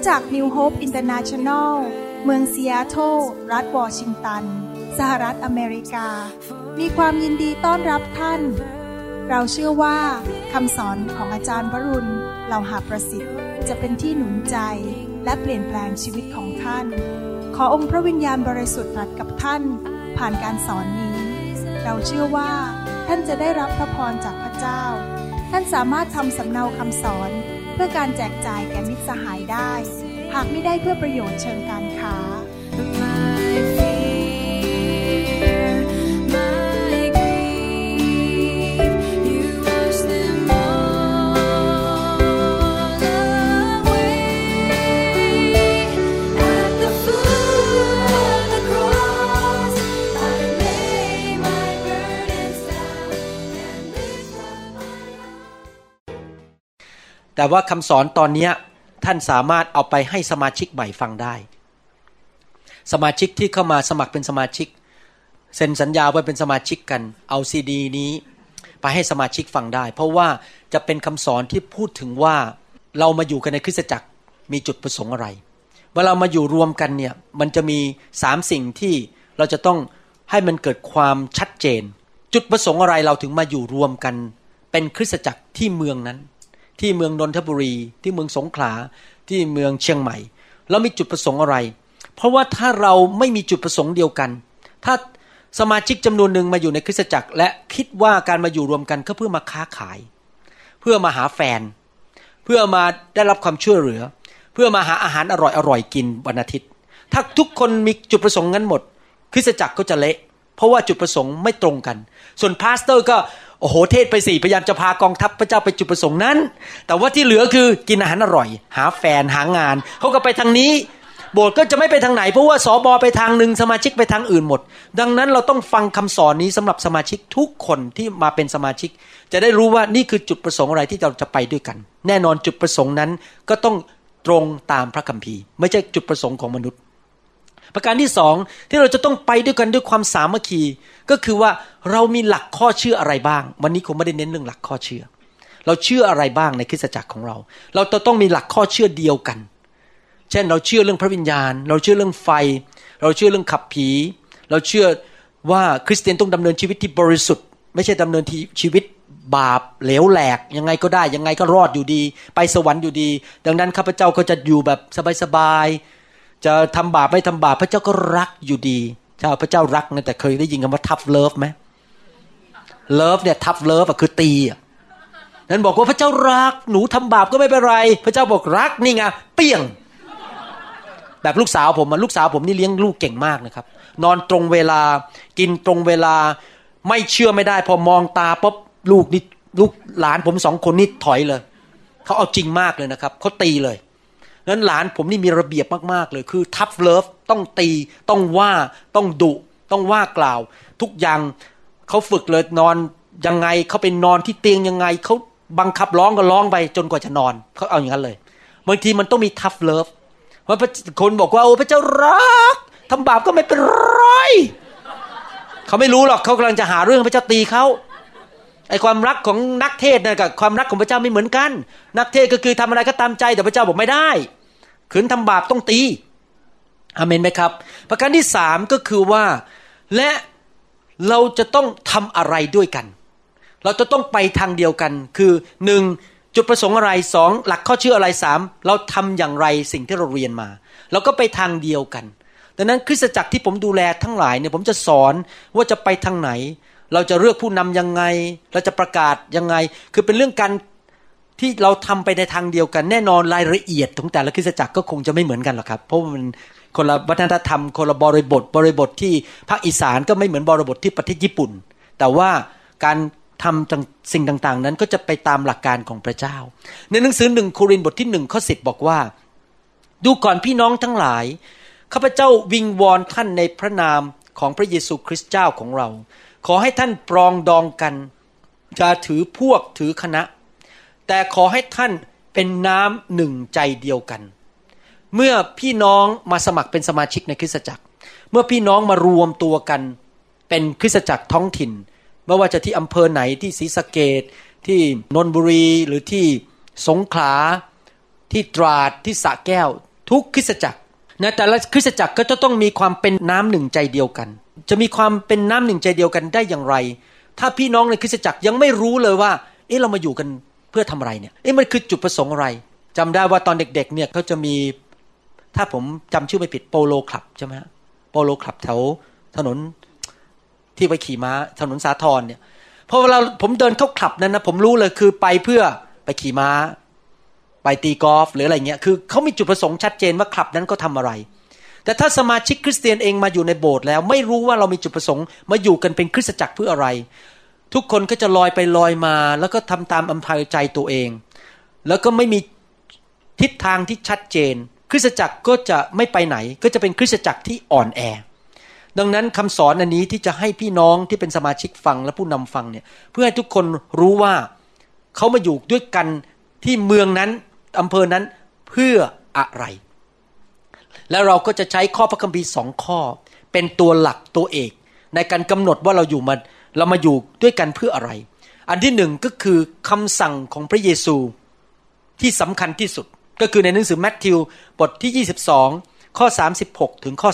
จักร New Hope International เมืองซีแอตเทิลรัฐวอชิงตันสหรัฐอเมริกามีความยินดีต้อนรับท่านเราเชื่อว่าคำสอนของอาจารย์วรุณ เหล่าหาประสิทธิ์จะเป็นที่หนุนใจและเปลี่ยนแปลงชีวิตของท่านขอองค์พระวิญญาณบริสุทธิ์ตรัสกับท่านผ่านการสอนนี้เราเชื่อว่าท่านจะได้รับพระพรจากพระเจ้าท่านสามารถทำสำเนาคำสอนเพื่อการแจกจ่ายแก่มิตรสหายได้หากไม่ได้เพื่อประโยชน์เชิงการค้าแต่ว่าคำสอนตอนนี้ท่านสามารถเอาไปให้สมาชิกใหม่ฟังได้สมาชิกที่เข้ามาสมัครเป็นสมาชิกเซ็นสัญญาไว้เป็นสมาชิกกันเอาซีดีนี้ไปให้สมาชิกฟังได้เพราะว่าจะเป็นคำสอนที่พูดถึงว่าเรามาอยู่กันในคริสตจักรมีจุดประสงค์อะไรเวลามาอยู่รวมกันเนี่ยมันจะมี3สิ่งที่เราจะต้องให้มันเกิดความชัดเจนจุดประสงค์อะไรเราถึงมาอยู่รวมกันเป็นคริสตจักรที่เมืองนั้นที่เมืองนนทบุรีที่เมืองสงขลาที่เมืองเชียงใหม่เรามีจุดประสงค์อะไรเพราะว่าถ้าเราไม่มีจุดประสงค์เดียวกันถ้าสมาชิกจำนวนหนึ่งมาอยู่ในคริสตจักรและคิดว่าการมาอยู่รวมกันก็เพื่อมาค้าขายเพื่อมาหาแฟนเพื่อมาได้รับความช่วยเหลือเพื่อมาหาอาหารอร่อยๆกินวันอาทิตย์ถ้าทุกคนมีจุดประสงค์นั้นหมดคริสตจักรก็จะเละเพราะว่าจุดประสงค์ไม่ตรงกันส่วนพาสเตอร์ก็โอ้โหเทศไป4พยายามจะพากองทัพพระเจ้าไปจุดประสงค์นั้นแต่ว่าที่เหลือคือกินอาหารอร่อยหาแฟนหางานเขาก็ไปทางนี้โบสถ์ก็จะไม่ไปทางไหนเพราะว่าสบไปทางนึงสมาชิกไปทางอื่นหมดดังนั้นเราต้องฟังคำสอนนี้สำหรับสมาชิกทุกคนที่มาเป็นสมาชิกจะได้รู้ว่านี่คือจุดประสงค์อะไรที่เราจะไปด้วยกันแน่นอนจุดประสงค์นั้นก็ต้องตรงตามพระคัมภีร์ไม่ใช่จุดประสงค์ของมนุษย์ประการที่2ที่เราจะต้องไปด้วยกันด้วยความสามัคคีก็คือว่าเรามีหลักข้อเชื่ออะไรบ้างวันนี้คงไม่ได้เน้นเรื่องหลักข้อเชื่อเราเชื่ออะไรบ้างในคริสตจักรของเราเราต้องมีหลักข้อเชื่อเดียวกันเช่นเราเชื่อเรื่องพระวิญญาณเราเชื่อเรื่องไฟเราเชื่อเรื่องขับผีเราเชื่อว่าคริสเตียนต้องดำเนินชีวิตที่บริสุทธิ์ไม่ใช่ดำเนินชีวิตบาปเหลวแหลกยังไงก็ได้ยังไงก็รอดอยู่ดีไปสวรรค์อยู่ดีดังนั้นข้าพเจ้าก็จะอยู่แบบสบายๆจะทำบาปไม่ทำบาปพระเจ้าก็รักอยู่ดีพระเจ้ารักนะแต่เคยได้ยินคำว่า tough love ไหม love เนี่ย tough love คือตีนั้นบอกว่าพระเจ้ารักหนูทำบาปก็ไม่เป็นไรพระเจ้าบอกรักนี่ไงเปี้ยงแบบลูกสาวผมนี่เลี้ยงลูกเก่งมากนะครับนอนตรงเวลากินตรงเวลาไม่เชื่อไม่ได้พอมองตาปุ๊บลูกหลานผม2คนนี่ถอยเลยเขาเอาจริงมากเลยนะครับเขาตีเลยนั้นหลานผมนี่มีระเบียบมากๆเลยคือ tough love ต้องตีต้องว่าต้องดุต้องว่ากล่าวทุกอย่างเขาฝึกเลยนอนยังไงเขาไปนอนที่เตียงยังไงเขาบังคับร้องก็ร้องไปจนกว่าจะนอนเขาเอาอย่างนั้นเลยบางทีมันต้องมี tough love เพราะคนบอกว่าโอ้พระเจ้ารักทำบาปก็ไม่เป็นไรเขาไม่รู้หรอกเขากำลังจะหาเรื่องพระเจ้าตีเขาไอ้ความรักของนักเทศน์กับความรักของพระเจ้าไม่เหมือนกันนักเทศน์ก็คือทำอะไรก็ตามใจแต่พระเจ้าบอกไม่ได้ขืนทำบาปต้องตีอาเมนไหมครับประการที่3ก็คือว่าและเราจะต้องทำอะไรด้วยกันเราจะต้องไปทางเดียวกันคือ1จุดประสงค์อะไร2หลักข้อเชื่ออะไร3เราทำอย่างไรสิ่งที่เราเรียนมาเราก็ไปทางเดียวกันดังนั้นคริสตจักรที่ผมดูแลทั้งหลายเนี่ยผมจะสอนว่าจะไปทางไหนเราจะเลือกผู้นำยังไงเราจะประกาศยังไงคือเป็นเรื่องการที่เราทำไปในทางเดียวกันแน่นอนรายละเอียดของแต่ละคริสตจักรก็คงจะไม่เหมือนกันหรอกครับเพราะมันคนละวัฒนธรรมคนละบริบทที่ภาคอีสานก็ไม่เหมือนบริบทที่ประเทศญี่ปุ่นแต่ว่าการทำสิ่งต่างๆนั้นก็จะไปตามหลักการของพระเจ้าในหนังสือ1โครินธ์บทที่1ข้อ10บอกว่าดูก่อนพี่น้องทั้งหลายข้าพเจ้าวิงวอนท่านในพระนามของพระเยซูคริสต์เจ้าของเราขอให้ท่านปรองดองกันอย่าถือพวกถือคณะแต่ขอให้ท่านเป็นน้ำหนึ่งใจเดียวกันเมื่อพี่น้องมาสมัครเป็นสมาชิกในคริสตจักรเมื่อพี่น้องมารวมตัวกันเป็นคริสตจักรท้องถิ่นไม่ว่าจะที่อำเภอไหนที่ศรีสะเกษที่นนทบุรีหรือที่สงขลาที่ตราดที่สระแก้วทุกคริสตจักรนะแต่ละคริสตจักรก็จะต้องมีความเป็นน้ำหนึ่งใจเดียวกันจะมีความเป็นน้ำหนึ่งใจเดียวกันได้อย่างไรถ้าพี่น้องในคริสตจักรยังไม่รู้เลยว่าเรามาอยู่กันเพื่อทำอะไรเนี่ยมันคือจุดประสงค์อะไรจำได้ว่าตอนเด็กๆเนี่ยเขาจะมีถ้าผมจำชื่อไม่ผิดโปโลคลับใช่ไหมโปโลคลับแถวถนนที่ไปขี่ม้าถนนสาทรเนี่ยพอเวลาผมเดินเข้าคลับนั้นนะผมรู้เลยคือไปเพื่อไปขี่ม้าไปตีกอล์ฟหรืออะไรเงี้ยคือเขามีจุดประสงค์ชัดเจนว่าคลับนั้นก็ทำอะไรแต่ถ้าสมาชิกคริสเตียนเองมาอยู่ในโบสถ์แล้วไม่รู้ว่าเรามีจุดประสงค์มาอยู่กันเป็นคริสตจักรเพื่ออะไรทุกคนก็จะลอยไปลอยมาแล้วก็ทำตามอำเภอใจตัวเองแล้วก็ไม่มีทิศทางที่ชัดเจนคริสตจักรก็จะไม่ไปไหนก็จะเป็นคริสตจักรที่อ่อนแอดังนั้นคำสอนอันนี้ที่จะให้พี่น้องที่เป็นสมาชิกฟังและผู้นำฟังเนี่ยเพื่อให้ทุกคนรู้ว่าเขามาอยู่ด้วยกันที่เมืองนั้นอำเภอนั้นเพื่ออะไรแล้วเราก็จะใช้ข้อพระคัมภีร์2ข้อเป็นตัวหลักตัวเอกในการกำหนดว่าเรามาอยู่ด้วยกันเพื่ออะไรอันที่1ก็คือคำสั่งของพระเยซูที่สำคัญที่สุดก็คือในหนังสือมัทธิวบทที่22ข้อ36ถึงข้อ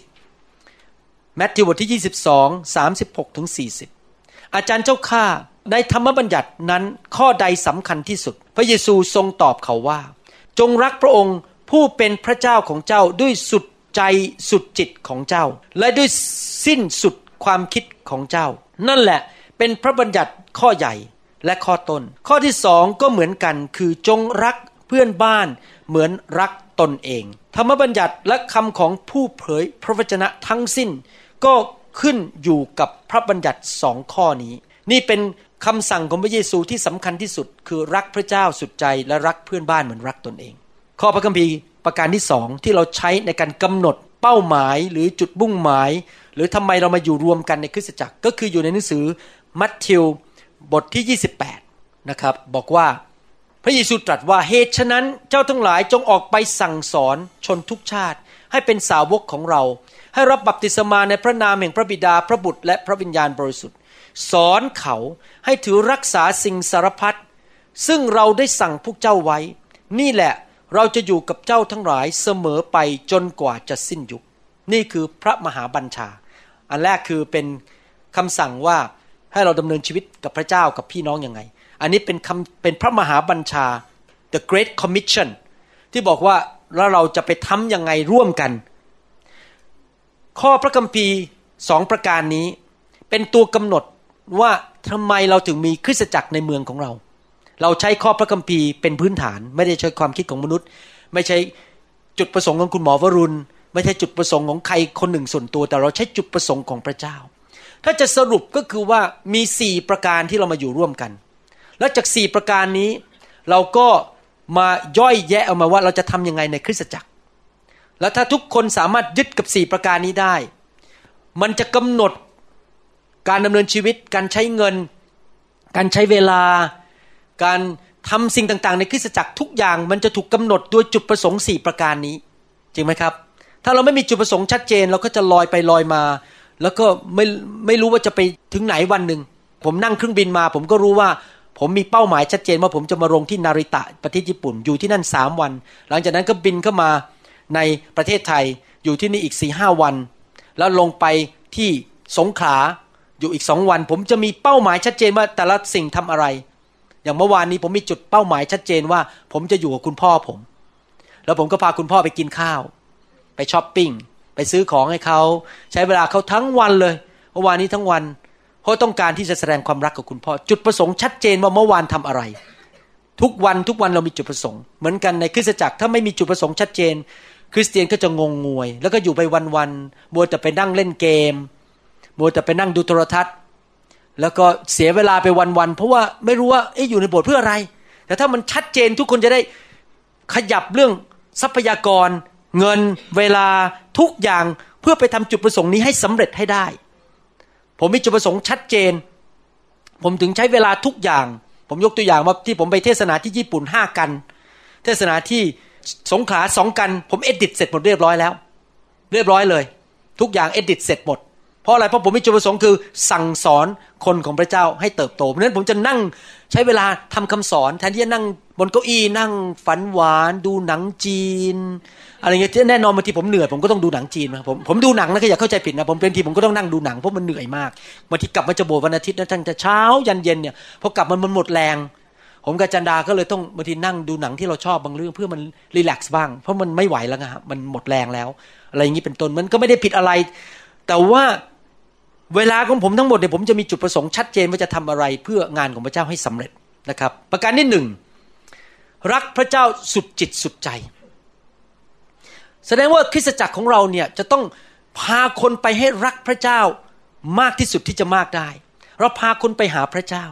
40มัทธิวบทที่22 36ถึง40อาจารย์เจ้าข้าในธรรมบัญญัตินั้นข้อใดสำคัญที่สุดพระเยซูทรงตอบเขาว่าจงรักพระองค์ผู้เป็นพระเจ้าของเจ้าด้วยสุดใจสุดจิตของเจ้าและด้วยสิ้นสุดความคิดของเจ้านั่นแหละเป็นพระบัญญัติข้อใหญ่และข้อต้นข้อที่2ก็เหมือนกันคือจงรักเพื่อนบ้านเหมือนรักตนเองธรรมบัญญัติและคำของผู้เผยพระวจนะทั้งสิ้นก็ขึ้นอยู่กับพระบัญญัติ2ข้อนี้นี่เป็นคำสั่งของพระเยซูที่สำคัญที่สุดคือรักพระเจ้าสุดใจและรักเพื่อนบ้านเหมือนรักตนเองข้อพระคัมภีร์ประการที่2ที่เราใช้ในการกำหนดเป้าหมายหรือจุดมุ่งหมายหรือทำไมเรามาอยู่รวมกันในคริสตจักรก็คืออยู่ในหนังสือมัทธิวบทที่28นะครับบอกว่าพระเยซูตรัสว่าเหตุฉะนั้นเจ้าทั้งหลายจงออกไปสั่งสอนชนทุกชาติให้เป็นสาวกของเราให้รับบัพติศมาในพระนามแห่งพระบิดาพระบุตรและพระวิญญาณบริสุทธิ์สอนเขาให้ถือรักษาสิ่งสารพัดซึ่งเราได้สั่งพวกเจ้าไว้นี่แหละเราจะอยู่กับเจ้าทั้งหลายเสมอไปจนกว่าจะสิ้นยุคนี่คือพระมหาบัญชาอันแรกคือเป็นคำสั่งว่าให้เราดำเนินชีวิตกับพระเจ้ากับพี่น้องยังไงอันนี้เป็นพระมหาบัญชา The Great Commission ที่บอกว่าแล้วเราจะไปทำยังไงร่วมกันข้อพระคัมภีร์2ประการนี้เป็นตัวกำหนดว่าทำไมเราถึงมีคริสตจักรในเมืองของเราเราใช้ข้อพระคัมภีร์เป็นพื้นฐานไม่ได้ใช้ความคิดของมนุษย์ไม่ใช่จุดประสงค์ของคุณหมอวรุณไม่ใช่จุดประสงค์ของใครคนหนึ่งส่วนตัวแต่เราใช้จุดประสงค์ของพระเจ้าถ้าจะสรุปก็คือว่ามี4ประการที่เรามาอยู่ร่วมกันแล้วจาก4ประการนี้เราก็มาย่อยแยะออกมาว่าเราจะทำยังไงในคริสตจักรแล้วถ้าทุกคนสามารถยึดกับ4ประการนี้ได้มันจะกำหนดการดำเนินชีวิตการใช้เงินการใช้เวลาการทำสิ่งต่างๆในคริสตจักรทุกอย่างมันจะถูกกำหนดโดยจุดประสงค์4ประการนี้จริงไหมครับถ้าเราไม่มีจุดประสงค์ชัดเจนเราก็จะลอยไปลอยมาแล้วก็ไม่รู้ว่าจะไปถึงไหนวันหนึ่งผมนั่งเครื่องบินมาผมก็รู้ว่าผมมีเป้าหมายชัดเจนว่าผมจะมาลงที่นาริตะประเทศญี่ปุ่นอยู่ที่นั่น3วันหลังจากนั้นก็บินเข้ามาในประเทศไทยอยู่ที่นี่อีก 4-5 วันแล้วลงไปที่สงขลาอยู่อีก2วันผมจะมีเป้าหมายชัดเจนว่าแต่ละสิ่งทำอะไรอย่างเมื่อวานนี้ผมมีจุดเป้าหมายชัดเจนว่าผมจะอยู่กับคุณพ่อผมแล้วผมก็พาคุณพ่อไปกินข้าวไปช้อปปิ้งไปซื้อของให้เขาใช้เวลาเขาทั้งวันเลยเมื่อวานนี้ทั้งวันเพราะต้องการที่จะแสดงความรักกับคุณพ่อจุดประสงค์ชัดเจนว่าเมื่อวานทำอะไรทุกวันเรามีจุดประสงค์เหมือนกันในคริสตจักรถ้าไม่มีจุดประสงค์ชัดเจนคริสเตียนก็จะงงงวยแล้วก็อยู่ไปวันๆมัวแต่ไปนั่งเล่นเกมมัวแต่ไปนั่งดูโทรทัศน์แล้วก็เสียเวลาไปวันๆเพราะว่าไม่รู้ว่าอยู่ในโบสถ์เพื่ออะไรแต่ถ้ามันชัดเจนทุกคนจะได้ขยับเรื่องทรัพยากรเงินเวลาทุกอย่างเพื่อไปทำจุดประสงค์นี้ให้สำเร็จให้ได้ผมมีจุดประสงค์ชัดเจนผมถึงใช้เวลาทุกอย่างผมยกตัวอย่างว่าที่ผมไปเทศนาที่ญี่ปุ่น5กันเทศนาที่สงขลา2กันผมเอดิตเสร็จหมดเรียบร้อยแล้วเรียบร้อยเลยทุกอย่างเอดิตเสร็จหมดเพราะอะไรเพราะผมมีจุดประสงค์คือสั่งสอนคนของพระเจ้าให้เติบโตเพราะฉะนั้นผมจะนั่งใช้เวลาทำคำสอนแทนที่จะนั่งบนเก้าอี้นั่งฝันหวานดูหนังจีนอะไรเงี้ยแน่นอนบางทีผมเหนื่อยผมก็ต้องดูหนังจีนนะผมดูหนังนะก็อย่าเข้าใจผิดนะผมเป็นทีผมก็ต้องนั่งดูหนังเพราะมันเหนื่อยมากบางทีกลับมาจะโบสถ์วันอาทิตย์นะตั้งแต่เช้ายันเย็นเนี่ยพอกลับมันหมดแรงผมกับจันดาก็เลยต้องบางทีนั่งดูหนังที่เราชอบบางเรื่องเพื่อมันรีแลกซ์บ้างเพราะมันไม่ไหวแล้วครับมันหมดแรงแล้วอะไรอย่างนี้เป็นต้นมันก็ไม่ได้ผิดอะไรแต่ว่าเวลาของผมทั้งหมดเนี่ยผมจะมีจุดประสงค์ชัดเจนว่าจะทำอะไรเพื่องานของพระเจ้าให้สำเร็จนะครับประการที่1รักพระเจ้าสุดจิตสุดใจแสดงว่าคริสตจักรของเราเนี่ยจะต้องพาคนไปให้รักพระเจ้ามากที่สุดที่จะมากได้เราพาคนไปหาพระเจ้า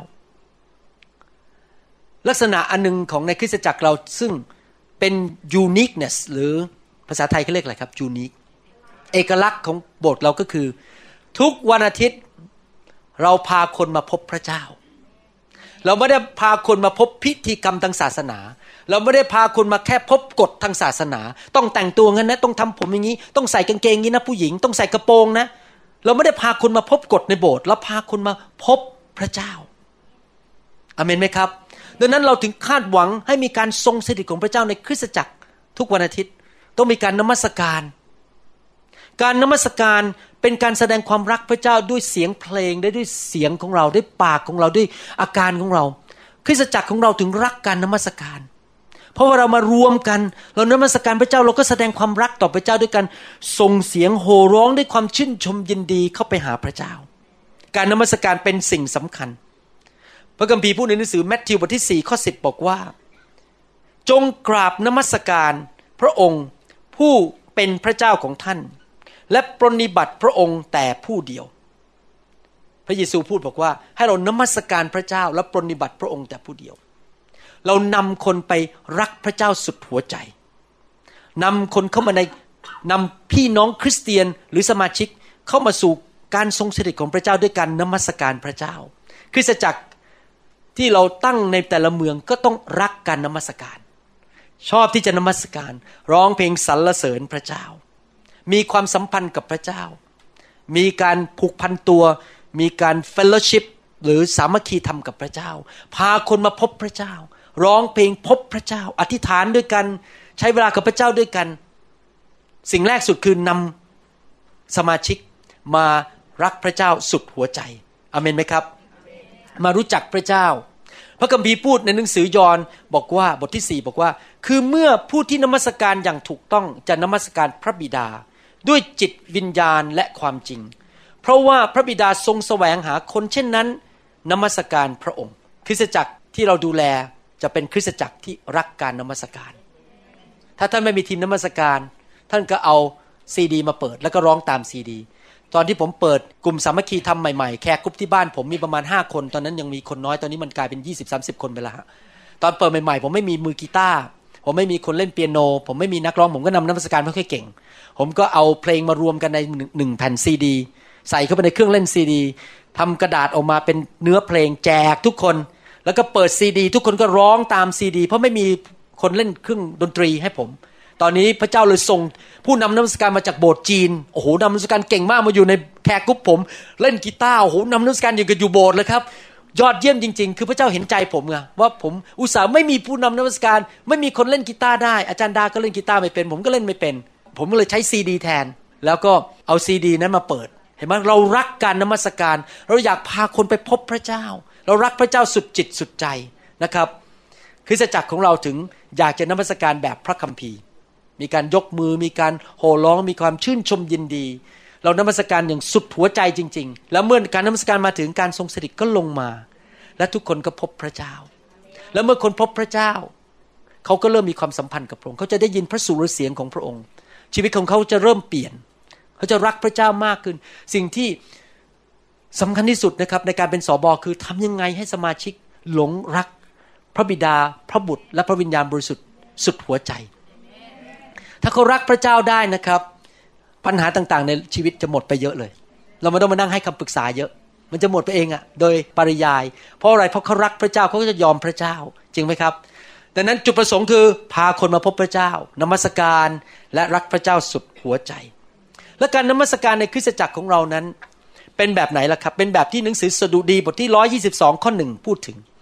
ลักษณะอันนึงของในคริสตจักรเราซึ่งเป็น uniqueness หรือภาษาไทยเขาเรียกอะไรครับ unique เอกลักษณ์ของโบสถ์เราก็คือทุกวันอาทิตย์เราพาคนมาพบพระเจ้าเราไม่ได้พาคนมาพบพิธีกรรมทางศาสนาเราไม่ได้พาคนมาแค่พบกฎทางศาสนาต้องแต่งตัวงั้นนะต้องทำผมอย่างนี้ต้องใส่กางเกงนี้นะผู้หญิงต้องใส่กระโปรงนะเราไม่ได้พาคนมาพบกฎในโบสถ์เราพาคนมาพบพระเจ้าอาเมนไหมครับดังนั้นเราถึงคาดหวังให้มีการทรงสถิตของพระเจ้าในคริสตจักรทุกวันอาทิตย์ต้องมีการนมัสการการนมัสการเป็นการแสดงความรักพระเจ้าด้วยเสียงเพลงด้วยเสียงของเราด้วยปากของเราด้วยอาการของเราคริสตจักรของเราถึงรักการนมัสการเพราะว่าเรามารวมกันเรานมัสการพระเจ้าเราก็แสดงความรักต่อพระเจ้าด้วยการส่งเสียงโห่ร้องด้วยความชื่นชมยินดีเข้าไปหาพระเจ้าการนมัสการเป็นสิ่งสำคัญพระคัมภีร์พูดในหนังสือมัทธิวบทที่4ข้อ10บอกว่าจงกราบนมัสการพระองค์ผู้เป็นพระเจ้าของท่านและปรนนิบัติพระองค์แต่ผู้เดียวพระเยซูพูดบอกว่าให้เรานมัสการพระเจ้าและปรนนิบัติพระองค์แต่ผู้เดียวเรานำคนไปรักพระเจ้าสุดหัวใจนำคนเข้ามาในนำพี่น้องคริสเตียนหรือสมาชิกเข้ามาสู่การทรงสถิตของพระเจ้าด้วยการนมัสการพระเจ้าคริสตจักรที่เราตั้งในแต่ละเมืองก็ต้องรักการนมัสการชอบที่จะนมัสการร้องเพลงสรรเสริญพระเจ้ามีความสัมพันธ์กับพระเจ้ามีการผูกพันตัวมีการเฟลโลชิพหรือสามัคคีธรรมกับพระเจ้าพาคนมาพบพระเจ้าร้องเพลงพบพระเจ้าอธิษฐานด้วยกันใช้เวลากับพระเจ้าด้วยกันสิ่งแรกสุดคือนำสมาชิกมารักพระเจ้าสุดหัวใจอาเมนไหมครับมารู้จักพระเจ้าพระคัมภีร์พูดในหนังสือยอห์นบอกว่าบทที่4บอกว่าคือเมื่อผู้ที่นมัสการอย่างถูกต้องจะนมัสการพระบิดาด้วยจิตวิญญาณและความจริงเพราะว่าพระบิดาทรงแสวงหาคนเช่นนั้นนมัสการพระองค์คริสตจักรที่เราดูแลจะเป็นคริสตจักรที่รักการนมัสการถ้าท่านไม่มีทีมนมัสการท่านก็เอาซีดีมาเปิดแล้วก็ร้องตามซีดีตอนที่ผมเปิดกลุ่มสามัคคีธรรมใหม่ๆแขกกลุ่มที่บ้านผมมีประมาณ5คนตอนนั้นยังมีคนน้อยตอนนี้มันกลายเป็น 20-30 คนไปแล้วตอนเปิดใหม่ๆผมไม่มีมือกีตาร์ผมไม่มีคนเล่นเปียโนผมไม่มีนักร้องผมก็นำนมัสการไม่ค่อยเก่งผมก็เอาเพลงมารวมกันใน1แผ่นซีดีใส่เข้าไปในเครื่องเล่นซีดีทำกระดาษออกมาเป็นเนื้อเพลงแจกทุกคนแล้วก็เปิดซีดีทุกคนก็ร้องตามซีดีเพราะไม่มีคนเล่นเครื่องดนตรีให้ผมตอนนี้พระเจ้าเลยส่งผู้นำนมัสการมาจากโบสถ์จีนโอ้โหนำนมัสการเก่งมากมาอยู่ในแขกกลุ่มผมเล่นกีตาร์โอ้โหนำนมัสการอยู่โบสถ์เลยครับยอดเยี่ยมจริงๆคือพระเจ้าเห็นใจผมไงว่าผมอุตส่าห์ไม่มีผู้นำนมัสการไม่มีคนเล่นกีตาร์ได้อาจารย์ดาก็เล่นกีตาร์ไม่เป็นผมก็เล่นไม่เป็นผมก็เลยใช้ซีดีแทนแล้วก็เอาซีดีนั้นมาเปิดเห็นไหมเรารักการนมัสการเราอยากพาคนไปพบพระเจ้าเรารักพระเจ้าสุดจิตสุดใจนะครับคริสตจักรของเราถึงอยากจะนมัสการแบบพระคัมภีร์มีการยกมือมีการโห่ร้องมีความชื่นชมยินดีเรานมัสการอย่างสุดหัวใจจริงๆแล้วเมื่อการนมัสการมาถึงการทรงสถิตก็ลงมาและทุกคนก็พบพระเจ้าแล้วเมื่อคนพบพระเจ้าเขาก็เริ่มมีความสัมพันธ์กับพระองค์เขาจะได้ยินพระสุรเสียงของพระองค์ชีวิตของเขาจะเริ่มเปลี่ยนเขาจะรักพระเจ้ามากขึ้นสิ่งที่สำคัญที่สุดนะครับในการเป็นสบคือทำยังไงให้สมาชิกหลงรักพระบิดาพระบุตรและพระวิญญาณบริสุทธิ์สุดหัวใจถ้าเขารักพระเจ้าได้นะครับปัญหาต่างๆในชีวิตจะหมดไปเยอะเลยเราไม่ต้องมานั่งให้คำปรึกษาเยอะมันจะหมดไปเองโดยปริยายเพราะอะไรเพราะเขารักพระเจ้าเขาก็จะยอมพระเจ้าจริงไหมครับดังนั้นจุดประสงค์คือพาคนมาพบพระเจ้านมัสการและรักพระเจ้าสุดหัวใจและการนมัสการในคริสตจักรของเรานั้นเป็นแบบไหนล่ะครับเป็นแบบที่หนังสือสดุดีบทที่122ข้อ1พูดถึง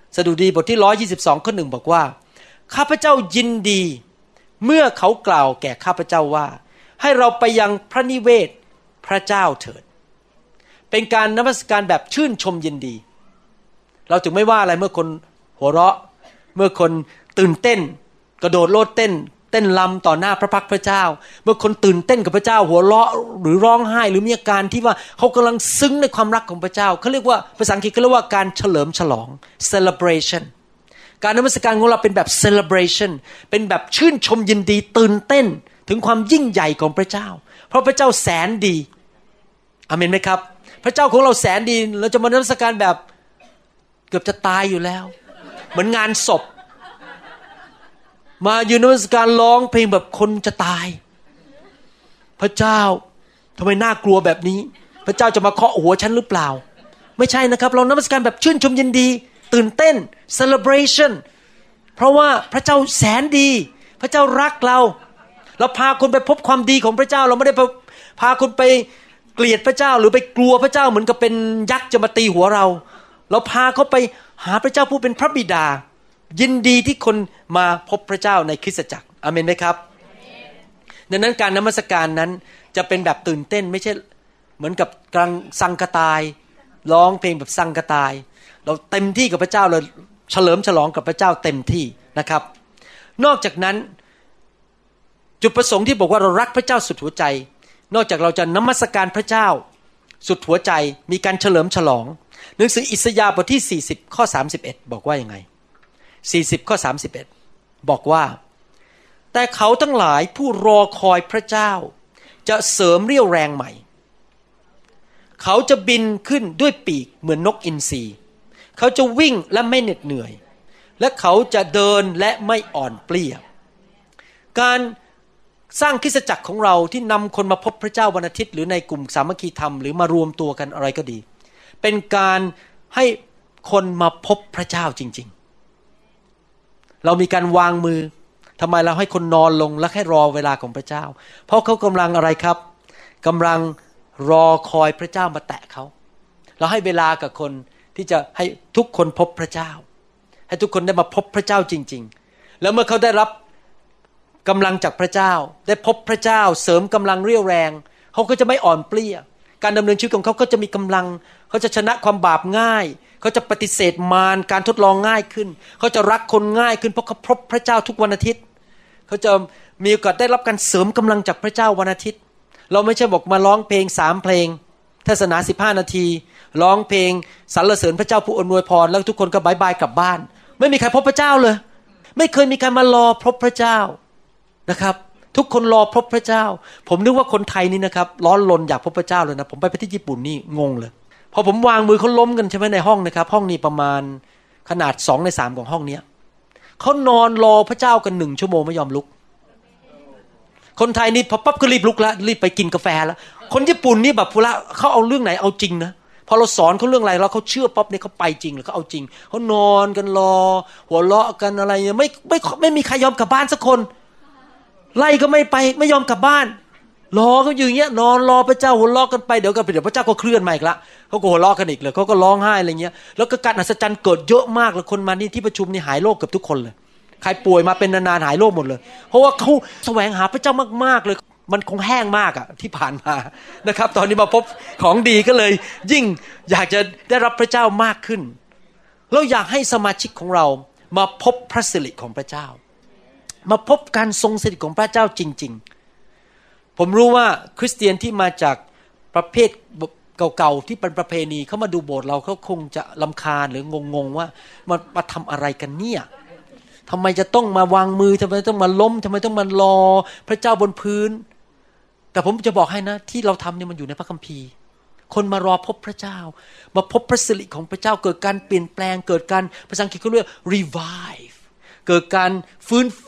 สดุดีบทที่122ข้อ1บอกว่าข้าพเจ้ายินดีเมื่อเขากล่าวแก่ข้าพเจ้าว่าให้เราไปยังพระนิเวศพระเจ้าเถิดเป็นการนมัสการแบบชื่นชมยินดีเราถึงไม่ว่าอะไรเมื่อคนหัวเราะเมื่อคนตื่นเต้นกระโดดโลดเต้นรำต่อหน้าพระพักพระเจ้าเมื่อคนตื่นเต้นกับพระเจ้าหัวเราะหรือร้องไห้หรือมีอาการที่ว่าเขากำลังซึ้งในความรักของพระเจ้าเขาเรียกว่าภาษาอังกฤษเขาเรียกว่าการเฉลิมฉลอง celebration การนมัสการของเราเป็นแบบ celebration เป็นแบบชื่นชมยินดีตื่นเต้นถึงความยิ่งใหญ่ของพระเจ้าเพราะพระเจ้าแสนดีอาเมนไหมครับพระเจ้าของเราแสนดีเราจะมานมัสการแบบเกือบจะตายอยู่แล้วเหมือนงานศพมายืนนมัสการร้องเพลงแบบคนจะตายพระเจ้าทำไมน่ากลัวแบบนี้พระเจ้าจะมาเคาะหัวฉันหรือเปล่าไม่ใช่นะครับเรานมัสการแบบชื่นชมยินดีตื่นเต้น celebration เพราะว่าพระเจ้าแสนดีพระเจ้ารักเราพาคนไปพบความดีของพระเจ้าเราไม่ได้พาคนไปเกลียดพระเจ้าหรือไปกลัวพระเจ้าเหมือนกับเป็นยักษ์จะมาตีหัวเราพาเขาไปหาพระเจ้าผู้เป็นพระบิดายินดีที่คนมาพบพระเจ้าในคริสตจักรอาเมนไหมครับดังนั้นการนมัสการนั้นจะเป็นแบบตื่นเต้นไม่ใช่เหมือนกับกลางสังกตายร้องเพลงแบบสังกตายเราเต็มที่กับพระเจ้าเราเฉลิมฉลองกับพระเจ้าเต็มที่นะครับนอกจากนั้นจุดประสงค์ที่บอกว่าเรารักพระเจ้าสุดหัวใจนอกจากเราจะนมัสการพระเจ้าสุดหัวใจมีการเฉลิมฉลองหนังสืออิสยาห์บทที่40ข้อ31บอกว่ายังไง40ข้อ31บอกว่าแต่เขาทั้งหลายผู้รอคอยพระเจ้าจะเสริมเรี่ยวแรงใหม่เขาจะบินขึ้นด้วยปีกเหมือนนกอินทรีเขาจะวิ่งและไม่เหน็ดเหนื่อยและเขาจะเดินและไม่อ่อนเปลี้ยการสร้างคริสตจักรของเราที่นำคนมาพบพระเจ้าวันอาทิตย์หรือในกลุ่มสามัคคีธรรมหรือมารวมตัวกันอะไรก็ดีเป็นการให้คนมาพบพระเจ้าจริงๆเรามีการวางมือทำไมเราให้คนนอนลงแล้วแค่รอเวลาของพระเจ้าเพราะเขากำลังอะไรครับกำลังรอคอยพระเจ้ามาแตะเขาเราให้เวลากับคนที่จะให้ทุกคนพบพระเจ้าให้ทุกคนได้มาพบพระเจ้าจริงๆแล้วเมื่อเขาได้รับกำลังจากพระเจ้าได้พบพระเจ้าเสริมกำลังเรี่ยวแรงเขาก็จะไม่อ่อนเปลี้ยการดำเนินชีวิตของเขาก็จะมีกำลังเขาจะชนะความบาปง่ายเขาจะปฏิเสธมารการทดลองง่ายขึ้นเขาจะรักคนง่ายขึ้นเพราะเขาพบพระเจ้าทุกวันอาทิตย์เขาจะมีโอกาสได้รับการเสริมกำลังจากพระเจ้าวันอาทิตย์เราไม่ใช่บอกมาร้องเพลง3เพลงเทศนา15นาทีร้องเพลงสรรเสริญพระเจ้าผู้อำนวยพรแล้วทุกคนก็บายบายกลับบ้านไม่มีใครพบพระเจ้าเลยไม่เคยมีใครมารอพบพระเจ้านะครับทุกคนรอพบพระเจ้าผมนึกว่าคนไทยนี่นะครับร้อนรนอยากพบพระเจ้าเลยนะผมไปที่ญี่ปุ่นนี่งงเลยพอผมวางมือเขาล้มกันใช่ไหมในห้องนะครับห้องนี้ประมาณขนาด2ใน3ของห้องนี้เขานอนรอพระเจ้ากัน1ชั่วโมงไม่ยอมลุกคนไทยนี่พอปั๊บก็รีบลุกแล้วรีบไปกินกาแฟแล้วคนญี่ปุ่นนี่แบบละเขาเอาเรื่องไหนเอาจริงนะพอเราสอนเขาเรื่องอะไรแล้วเขาเชื่อปั๊บเนี่ยเขาไปจริงเลยเขาเอาจริงเขานอนกันรอหัวเราะกันอะไรเนี่ยไม่มีใครยอมกลับบ้านสักคนไล่ก็ไม่ไปไม่ยอมกลับบ้านรอเขาอยู่อย่างเงี้ยนอนรอพระเจ้าหัวเราะกันไปเดี๋ยวพระเจ้าก็เคลื่อนมาอีกละเขาก็หัวเราะกันอีกเลยเขาก็ร้องไห้อะไรเงี้ยแล้วก็การอัศจรรย์เกิดเยอะมากเลยคนมานี่ที่ประชุมนี่หายโรคเกือบทุกคนเลยใครป่วยมาเป็นนานๆหายโรคหมดเลยเพราะว่าเขาแสวงหาพระเจ้ามากๆเลยมันคงแห้งมากอ่ะที่ผ่านมานะครับตอนนี้มาพบของดีก็เลยยิ่งอยากจะได้รับพระเจ้ามากขึ้นเราอยากให้สมาชิกของเรามาพบพระสิริของพระเจ้ามาพบการทรงสถิตของพระเจ้าจริงๆผมรู้ว่าคริสเตียนที่มาจากประเภทเก่าๆที่เป็นประเพณีเขามาดูโบสถ์เราเขาคงจะรำคาญหรืองงๆว่ามาทำอะไรกันเนี่ยทำไมจะต้องมาวางมือทำไมต้องมาล้มทำไมต้องมารอพระเจ้าบนพื้นแต่ผมจะบอกให้นะที่เราทำเนี่ยมันอยู่ในพระคัมภีร์คนมารอพบพระเจ้ามาพบพระสิริของพระเจ้าเกิดการเปลี่ยนแปลงเกิดการภาษาอังกฤษเขาเรียก revive เกิดการฟื้นฟู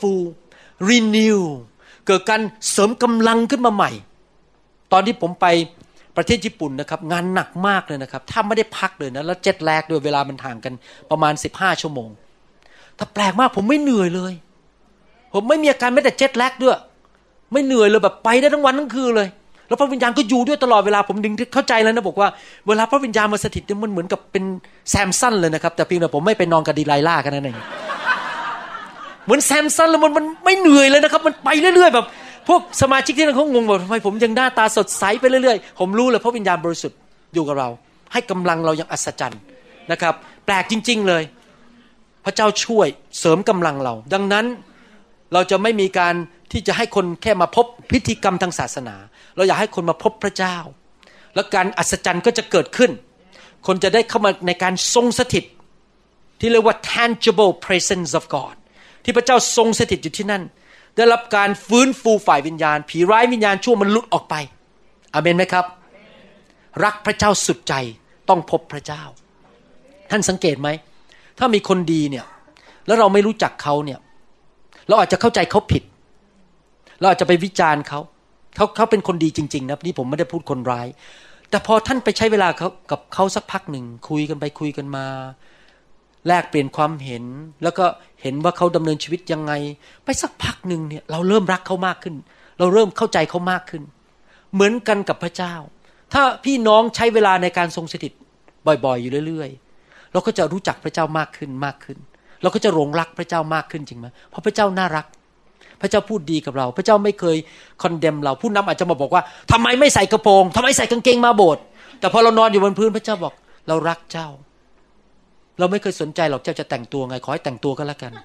renew เกิดการเสริมกำลังขึ้นมาใหม่ตอนที่ผมไปประเทศญี่ปุ่นนะครับงานหนักมากเลยนะครับถ้าไม่ได้พักเลยนะแล้วเจ็ตแลกด้วยเวลามันห่างกันประมาณ15ชั่วโมงแต่แปลกมากผมไม่เหนื่อยเลยผมไม่มีอาการแม้แต่เจ็ตแลกด้วยไม่เหนื่อยเลยแบบไปได้ทั้งวันทั้งคืนเลยแล้วพระวิญญาณก็อยู่ด้วยตลอดเวลาผมดึงเข้าใจแล้วนะบอกว่าเวลาพระวิญญาณมาสถิตมันเหมือนกับเป็นแซมสันเลยนะครับแต่เพียงแต่ผมไม่ไปนอนกับดีไลล่ากันนั่นเองเหมือนแซมสันแล้วมันไม่เหนื่อยเลยนะครับมันไปเรื่อยๆแบบพวกสมาชิกที่นั่นเขางงว่าทำไมผมยังหน้าตาสดใสไปเรื่อยๆผมรู้เลยพระวิญญาณบริสุทธิ์อยู่กับเราให้กำลังเราอย่างอัศจรรย์นะครับแปลกจริงๆเลยพระเจ้าช่วยเสริมกำลังเราดังนั้นเราจะไม่มีการที่จะให้คนแค่มาพบพิธีกรรมทางศาสนาเราอยากให้คนมาพบพระเจ้าแล้วการอัศจรรย์ก็จะเกิดขึ้นคนจะได้เข้ามาในการทรงสถิตที่เรียกว่า tangible presence of God ที่พระเจ้าทรงสถิตอยู่ที่นั่นได้รับการฟื้นฟูฝ่ายวิญญาณผีร้ายวิญญาณชั่วมันหลุดออกไปอาเมนไหมครับรักพระเจ้าสุดใจต้องพบพระเจ้าท่านสังเกตไหมถ้ามีคนดีเนี่ยแล้วเราไม่รู้จักเขาเนี่ยเราอาจจะเข้าใจเขาผิดเราอาจจะไปวิจารณ์เขาเป็นคนดีจริงๆนะนี่ผมไม่ได้พูดคนร้ายแต่พอท่านไปใช้เวลากับเขาสักพักหนึ่งคุยกันไปคุยกันมาแลกเปลี่ยนความเห็นแล้วก็เห็นว่าเขาดำเนินชีวิตยังไงไปสักพักหนึ่งเนี่ยเราเริ่มรักเขามากขึ้นเราเริ่มเข้าใจเขามากขึ้นเหมือนกันกับพระเจ้าถ้าพี่น้องใช้เวลาในการทรงสถิตบ่อยๆอยู่เรื่อยๆเราก็จะรู้จักพระเจ้ามากขึ้นมากขึ้นเราก็จะหลงรักพระเจ้ามากขึ้นจริงไหมเพราะพระเจ้าน่ารักพระเจ้าพูดดีกับเราพระเจ้าไม่เคยคอนเดมเราผู้นำอาจจะมาบอกว่าทำไมไม่ใส่กระโปรงทำไมใส่กางเกงมาโบสถ์แต่พอเรานอนอยู่บนพื้นพระเจ้าบอกเรารักเจ้าเราไม่เคยสนใจหรอกเจ้าจะแต่งตัวไงขอให้แต่งตัวก็แล้วกัน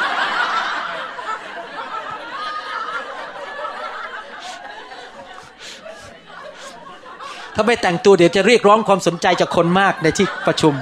ถ้าไม่แต่งตัวเดี๋ยวจะเรียกร้องความสนใจจากคนมากในที่ประชุม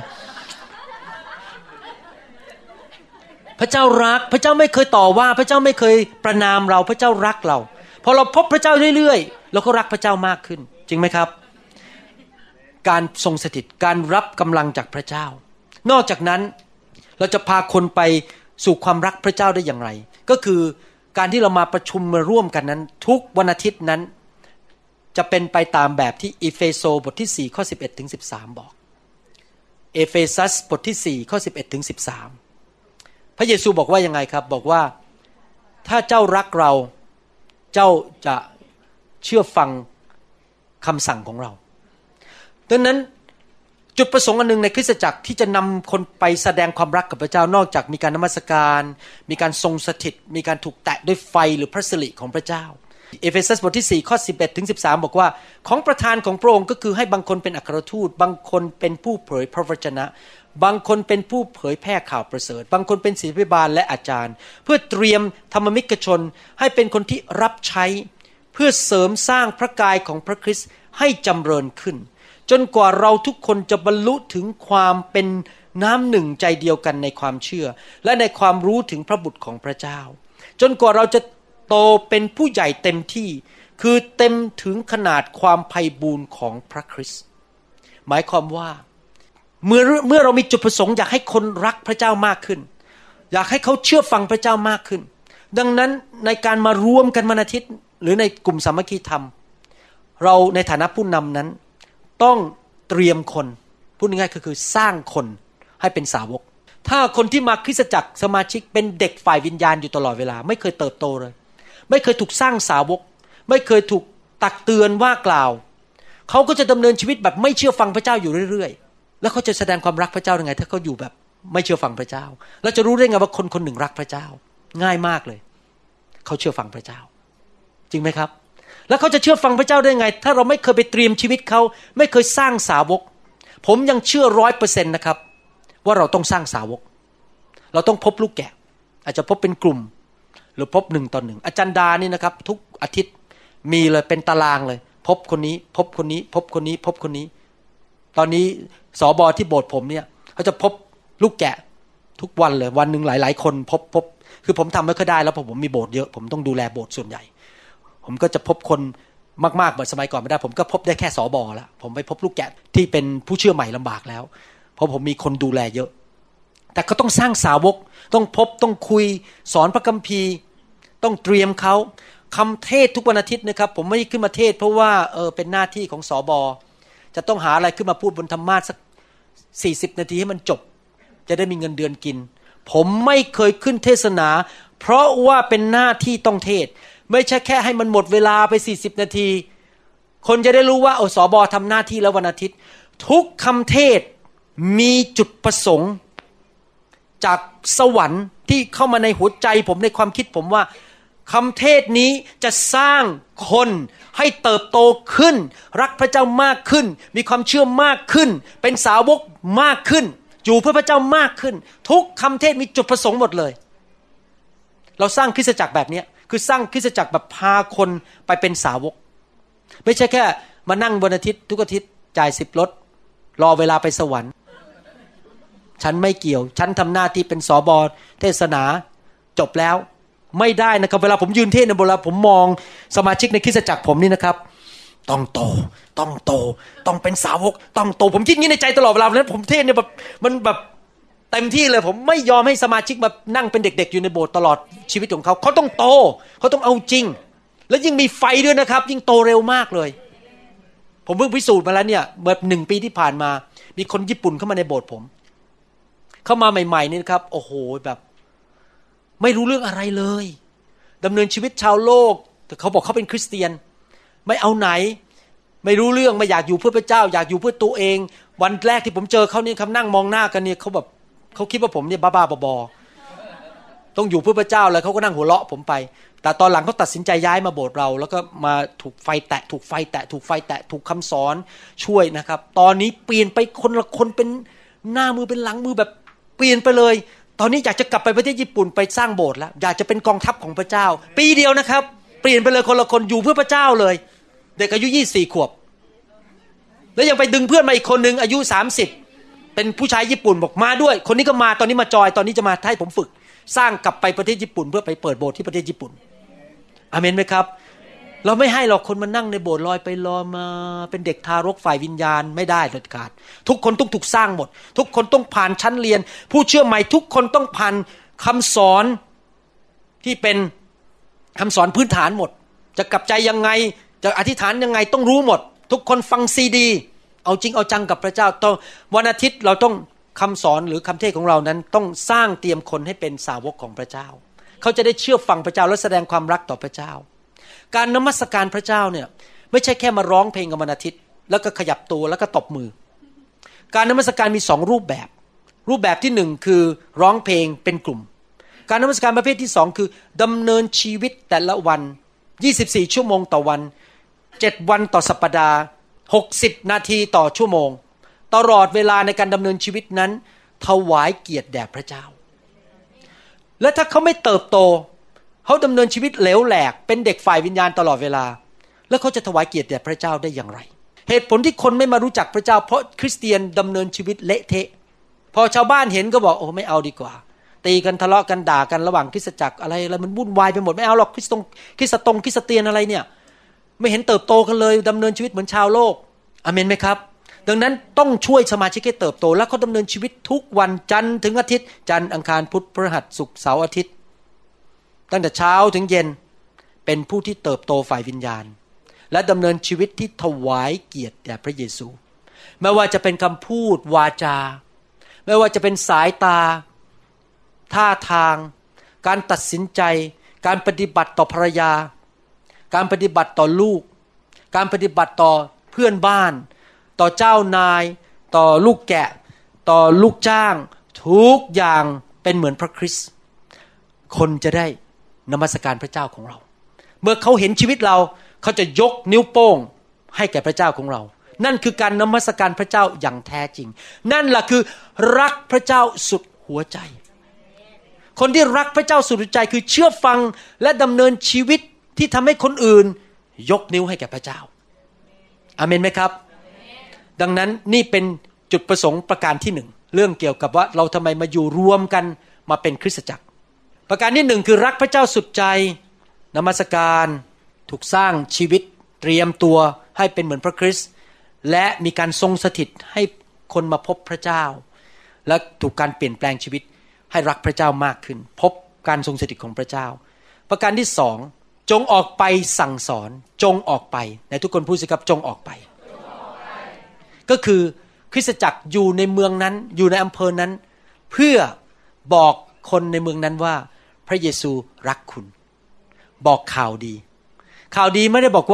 พระเจ้ารักพระเจ้าไม่เคยต่อว่าพระเจ้าไม่เคยประณามเราพระเจ้ารักเราพอเราพบพระเจ้าเรื่อยๆเราก็รักพระเจ้ามากขึ้นจริงไหมครับการทรงสถิตการรับกำลังจากพระเจ้านอกจากนั้นเราจะพาคนไปสู่ความรักพระเจ้าได้อย่างไรก็คือการที่เรามาประชุมมาร่วมกันนั้นทุกวันอาทิตย์นั้นจะเป็นไปตามแบบที่อีเฟโซบทที่4ข้อ11ถึง13บอกเอเฟซัสบทที่4ข้อ11ถึง13พระเยซูบอกว่ายังไงครับบอกว่าถ้าเจ้ารักเราเจ้าจะเชื่อฟังคำสั่งของเราดังนั้นจุดประสงค์อันหนึ่งในคริสตจักรที่จะนำคนไปแสดงความรักกับพระเจ้านอกจากมีการนมัสการมีการทรงสถิตมีการถูกแตะด้วยไฟหรือพระสิริของพระเจ้าเอเฟซัสบทที่4ข้อ11ถึง13บอกว่าของประธานของพระองค์ก็คือให้บางคนเป็นอัครทูตบางคนเป็นผู้เผยพระวจนะบางคนเป็นผู้เผยแพร่ข่าวประเสริฐบางคนเป็นศิษยาภิบาลและอาจารย์เพื่อเตรียมธรรมมิกชนให้เป็นคนที่รับใช้เพื่อเสริมสร้างพระกายของพระคริสต์ให้จำเริญขึ้นจนกว่าเราทุกคนจะบรรลุถึงความเป็นน้ำหนึ่งใจเดียวกันในความเชื่อและในความรู้ถึงพระบุตรของพระเจ้าจนกว่าเราจะโตเป็นผู้ใหญ่เต็มที่คือเต็มถึงขนาดความไพบูลย์ของพระคริสต์หมายความว่าเมื่อเรามีจุดประสงค์อยากให้คนรักพระเจ้ามากขึ้นอยากให้เขาเชื่อฟังพระเจ้ามากขึ้นดังนั้นในการมารวมกันวันอาทิตย์หรือในกลุ่มสามัคคีธรรมเราในฐานะผู้นำนั้นต้องเตรียมคนพูดง่ายๆคือสร้างคนให้เป็นสาวกถ้าคนที่มาคริสตจักรสมาชิกเป็นเด็กฝ่ายวิญญาณอยู่ตลอดเวลาไม่เคยเติบโตเลยไม่เคยถูกสร้างสาวกไม่เคยถูกตักเตือนว่ากล่าวเขาก็จะดำเนินชีวิตแบบไม่เชื่อฟังพระเจ้าอยู่เรื่อยๆแล้วเขาจะแสดงความรักพระเจ้ายังไงถ้าเขาอยู่แบบไม่เชื่อฟังพระเจ้าแล้วจะรู้ได้ไงว่าคนคนหนึ่งรักพระเจ้าง่ายมากเลยเขาเชื่อฟังพระเจ้าจริงไหมครับแล้วเขาจะเชื่อฟังพระเจ้าได้ไงถ้าเราไม่เคยไปเตรียมชีวิตเขาไม่เคยสร้างสาวกผมยังเชื่อ 100% นะครับว่าเราต้องสร้างสาวกเราต้องพบลูกแกะอาจจะพบเป็นกลุ่มหรือพบ1 ต่อ 1อาจารย์ดานี่นะครับทุกอาทิตย์มีเลยเป็นตารางเลยพบคนนี้พบคนนี้พบคนนี้พบคนนี้ตอนนี้สบที่โบสถ์ผมเนี่ยเขาจะพบลูกแกะทุกวันเลยวันนึงหลายๆคนพบคือผมทำไม่ค่อยได้แล้วเพราะผมมีโบสถ์เยอะผมต้องดูแลโบสถ์ส่วนใหญ่ผมก็จะพบคนมากๆเหมือนสมัยก่อนไม่ได้ผมก็พบได้แค่สบแล้วผมไปพบลูกแกะที่เป็นผู้เชื่อใหม่ลำบากแล้วเพราะผมมีคนดูแลเยอะแต่ก็ต้องสร้างสาวกต้องพบต้องคุยสอนพระคัมภีร์ต้องเตรียมเขาคำเทศทุกวันอาทิตย์นะครับผมไม่ได้ขึ้นมาเทศเพราะว่าเป็นหน้าที่ของสบจะต้องหาอะไรขึ้นมาพูดบนธรรมาสสัก40 นาทีให้มันจบจะได้มีเงินเดือนกินผมไม่เคยขึ้นเทศนาเพราะว่าเป็นหน้าที่ต้องเทศไม่ใช่แค่ให้มันหมดเวลาไป40 นาทีคนจะได้รู้ว่าสบทำหน้าที่แล้ววันอาทิตย์ทุกคำเทศมีจุดประสงค์จากสวรรค์ที่เข้ามาในหัวใจผมในความคิดผมว่าคำเทศนี้จะสร้างคนให้เติบโตขึ้นรักพระเจ้ามากขึ้นมีความเชื่อมากขึ้นเป็นสาวกมากขึ้นอยู่เพื่อพระเจ้ามากขึ้นทุกคำเทศมีจุดประสงค์หมดเลยเราสร้างคริสตจักรแบบนี้คือสร้างคริสตจักรแบบพาคนไปเป็นสาวกไม่ใช่แค่มานั่งวันอาทิตย์ทุกอาทิตย์จ่าย10 ลดรอเวลาไปสวรรค์ฉันไม่เกี่ยวฉันทำหน้าที่เป็นสบเทศนาจบแล้วไม่ได้นะครับเวลาผมยืนเทศน์ในโบสถ์ผมมองสมาชิกในคริสตจักรผมนี่นะครับต้องโตต้องเป็นสาวกต้องโตผมคิดงี้ในใจตลอดเวลานั้นผมเทศน์เนี่ยแบบมันแบบเต็มที่เลยผมไม่ยอมให้สมาชิกมานั่งเป็นเด็กๆอยู่ในโบสถ์ตลอดชีวิตของเขาต้องโตเขาต้องเอาจริงแล้วยิ่งมีไฟด้วยนะครับยิ่งโตเร็วมากเลยผมเพิ่งพิสูจน์มาแล้วเนี่ยเมื่อ1 ปีที่ผ่านมามีคนญี่ปุ่นเข้ามาในโบสถ์ผมเข้ามาใหม่ๆนี่นะครับโอ้โหแบบไม่รู้เรื่องอะไรเลยดำเนินชีวิตชาวโลกแต่เขาบอกเขาเป็นคริสเตียนไม่เอาไหนไม่รู้เรื่องไม่อยากอยู่เพื่อพระเจ้าอยากอยู่เพื่อตัวเองวันแรกที่ผมเจอเขาเนี่ยคำนั่งมองหน้ากันเนี่ยเขาแบบเขาคิดว่าผมเนี่ยบ้าๆบอๆต้องอยู่เพื่อพระเจ้าแล้วเขาก็นั่งหัวเราะผมไปแต่ตอนหลังเขาตัดสินใจย้ายมาโบสถ์เราแล้วก็มาถูกไฟแตะถูกคำสอนช่วยนะครับตอนนี้เปลี่ยนไปคนละคนเป็นหน้ามือเป็นหลังมือแบบเปลี่ยนไปเลยตอนนี้อยากจะกลับไปประเทศญี่ปุ่นไปสร้างโบสถ์แล้วอยากจะเป็นกองทัพของพระเจ้าปีเดียวนะครับเปลี่ยนไปเลยคนละคนอยู่เพื่อพระเจ้าเลยเด็กอายุ24 ขวบแล้วยังไปดึงเพื่อนมาอีกคนนึงอายุ30เป็นผู้ชายญี่ปุ่นบอกมาด้วยคนนี้ก็มาตอนนี้มาจอยตอนนี้จะมาให้ผมฝึกสร้างกลับไปประเทศญี่ปุ่นเพื่อไปเปิดโบสถ์ที่ประเทศญี่ปุ่นอาเมนไหมครับเราไม่ให้หรอกคนมานั่งในโบสถ์ลอยไปลอยมาเป็นเด็กทารกฝ่ายวิญญาณไม่ได้เด็ดขาดทุกคนต้องถูกสร้างหมดทุกคนต้องผ่านชั้นเรียนผู้เชื่อใหม่ทุกคนต้องผ่านคำสอนที่เป็นคำสอนพื้นฐานหมดจะกลับใจยังไงจะอธิษฐานยังไงต้องรู้หมดทุกคนฟังซีดีเอาจริงเอาจังกับพระเจ้าต้องวันอาทิตย์เราต้องคำสอนหรือคำเทศของเรานั้นต้องสร้างเตรียมคนให้เป็นสาวกของพระเจ้าเขาจะได้เชื่อฟังพระเจ้าและแสดงความรักต่อพระเจ้าการนมัสการพระเจ้าเนี่ยไม่ใช่แค่มาร้องเพลงกับวันอาทิตย์แล้วก็ขยับตัวแล้วก็ตบมือการนมัสการมี2 รูปแบบที่1คือร้องเพลงเป็นกลุ่มการนมัสการประเภทที่2คือดำเนินชีวิตแต่ละวัน24 ชั่วโมงต่อวัน7 วันต่อสัปดาห์60 นาทีต่อชั่วโมงตลอดเวลาในการดำเนินชีวิตนั้นถวายเกียรติแด่พระเจ้าและถ้าเขาไม่เติบโตเขาดำเนินชีวิตเหลวแหลกเป็นเด็กฝ่ายวิญญาณตลอดเวลาแล้วเขาจะถวายเกียรติแด่พระเจ้าได้อย่างไรเหตุผลที่คนไม่มารู้จักพระเจ้าเพราะคริสเตียนดำเนินชีวิตเละเทะพอชาวบ้านเห็นก็บอกโอ้ไม่เอาดีกว่าตีกันทะเลาะกันด่ากันระหว่างคริสตจักรอะไรมันวุ่นวายไปหมดไม่เอาหรอกคริสเตียนอะไรเนี่ยไม่เห็นเติบโตกันเลยดำเนินชีวิตเหมือนชาวโลกอาเมนไหมครับดังนั้นต้องช่วยสมาชิกให้เติบโตแล้วเขาดำเนินชีวิตทุกวันจันทร์ถึงอาทิตย์จันทร์อังคารพุธพฤหัสศุกร์เสาร์อาทิตย์ตั้งแต่เช้าถึงเย็นเป็นผู้ที่เติบโตฝ่ายวิญญาณและดำเนินชีวิตที่ถวายเกียรติแด่พระเยซูไม่ว่าจะเป็นคำพูดวาจาไม่ว่าจะเป็นสายตาท่าทางการตัดสินใจการปฏิบัติต่อภรรยาการปฏิบัติต่อลูกการปฏิบัติต่อเพื่อนบ้านต่อเจ้านายต่อลูกแกะต่อลูกจ้างทุกอย่างเป็นเหมือนพระคริสต์คนจะได้นมัสการพระเจ้าของเราเมื่อเขาเห็นชีวิตเราเขาจะยกนิ้วโป้งให้แก่พระเจ้าของเรานั่นคือการนมัสการพระเจ้าอย่างแท้จริงนั่นแหละคือรักพระเจ้าสุดหัวใจคนที่รักพระเจ้าสุดหัวใจคือเชื่อฟังและดำเนินชีวิตที่ทำให้คนอื่นยกนิ้วให้แก่พระเจ้าอาเมนไหมครับดังนั้นนี่เป็นจุดประสงค์ประการที่1เรื่องเกี่ยวกับว่าเราทำไมมาอยู่รวมกันมาเป็นคริสตจักรประการที่1คือรักพระเจ้าสุดใจนมัสการถูกสร้างชีวิตเตรียมตัวให้เป็นเหมือนพระคริสต์และมีการทรงสถิตให้คนมาพบพระเจ้าและถูกการเปลี่ยนแปลงชีวิตให้รักพระเจ้ามากขึ้นพบการทรงสถิตของพระเจ้าประการที่2จงออกไปสั่งสอนจงออกไปในทุกคนพูดสิครับจงออกไปก็คือคริสตจักรอยู่ในเมืองนั้นอยู่ในอำเภอนั้นเพื่อบอกคนในเมืองนั้นว่าพระเยซูรักคุณบอกข่าวดีไม่ได้บอกว่า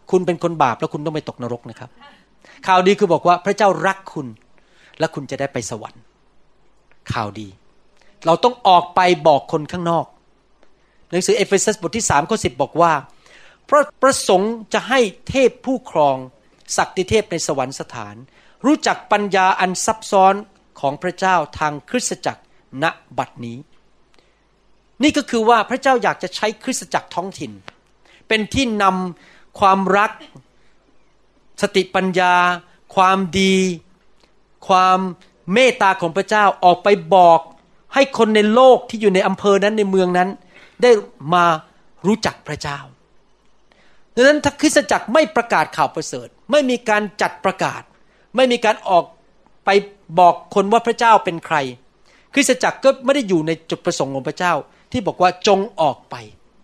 คุณเป็นคนบาปแล้วคุณต้องไปตกนรกนะครับข่าวดีคือบอกว่าพระเจ้ารักคุณและคุณจะได้ไปสวรรค์ข่าวดีเราต้องออกไปบอกคนข้างนอกหนังสือเอเฟซัสบทที่3ข้อ10บอกว่าเพราะประสงค์จะให้เทพผู้ครองศักดิเทพในสวรรคสถานรู้จักปัญญาอันซับซ้อนของพระเจ้าทางคริสตจักรณบัดนี้นี่ก็คือว่าพระเจ้าอยากจะใช้คริสตจักรท้องถิ่นเป็นที่นำความรักสติปัญญาความดีความเมตตาของพระเจ้าออกไปบอกให้คนในโลกที่อยู่ในอำเภอนั้นในเมืองนั้นได้มารู้จักพระเจ้าดังนั้นถ้าคริสตจักรไม่ประกาศข่าวประเสริฐไม่มีการจัดประกาศไม่มีการออกไปบอกคนว่าพระเจ้าเป็นใครคริสตจักรก็ไม่ได้อยู่ในจุดประสงค์ของพระเจ้าที่บอกว่าจงออกไป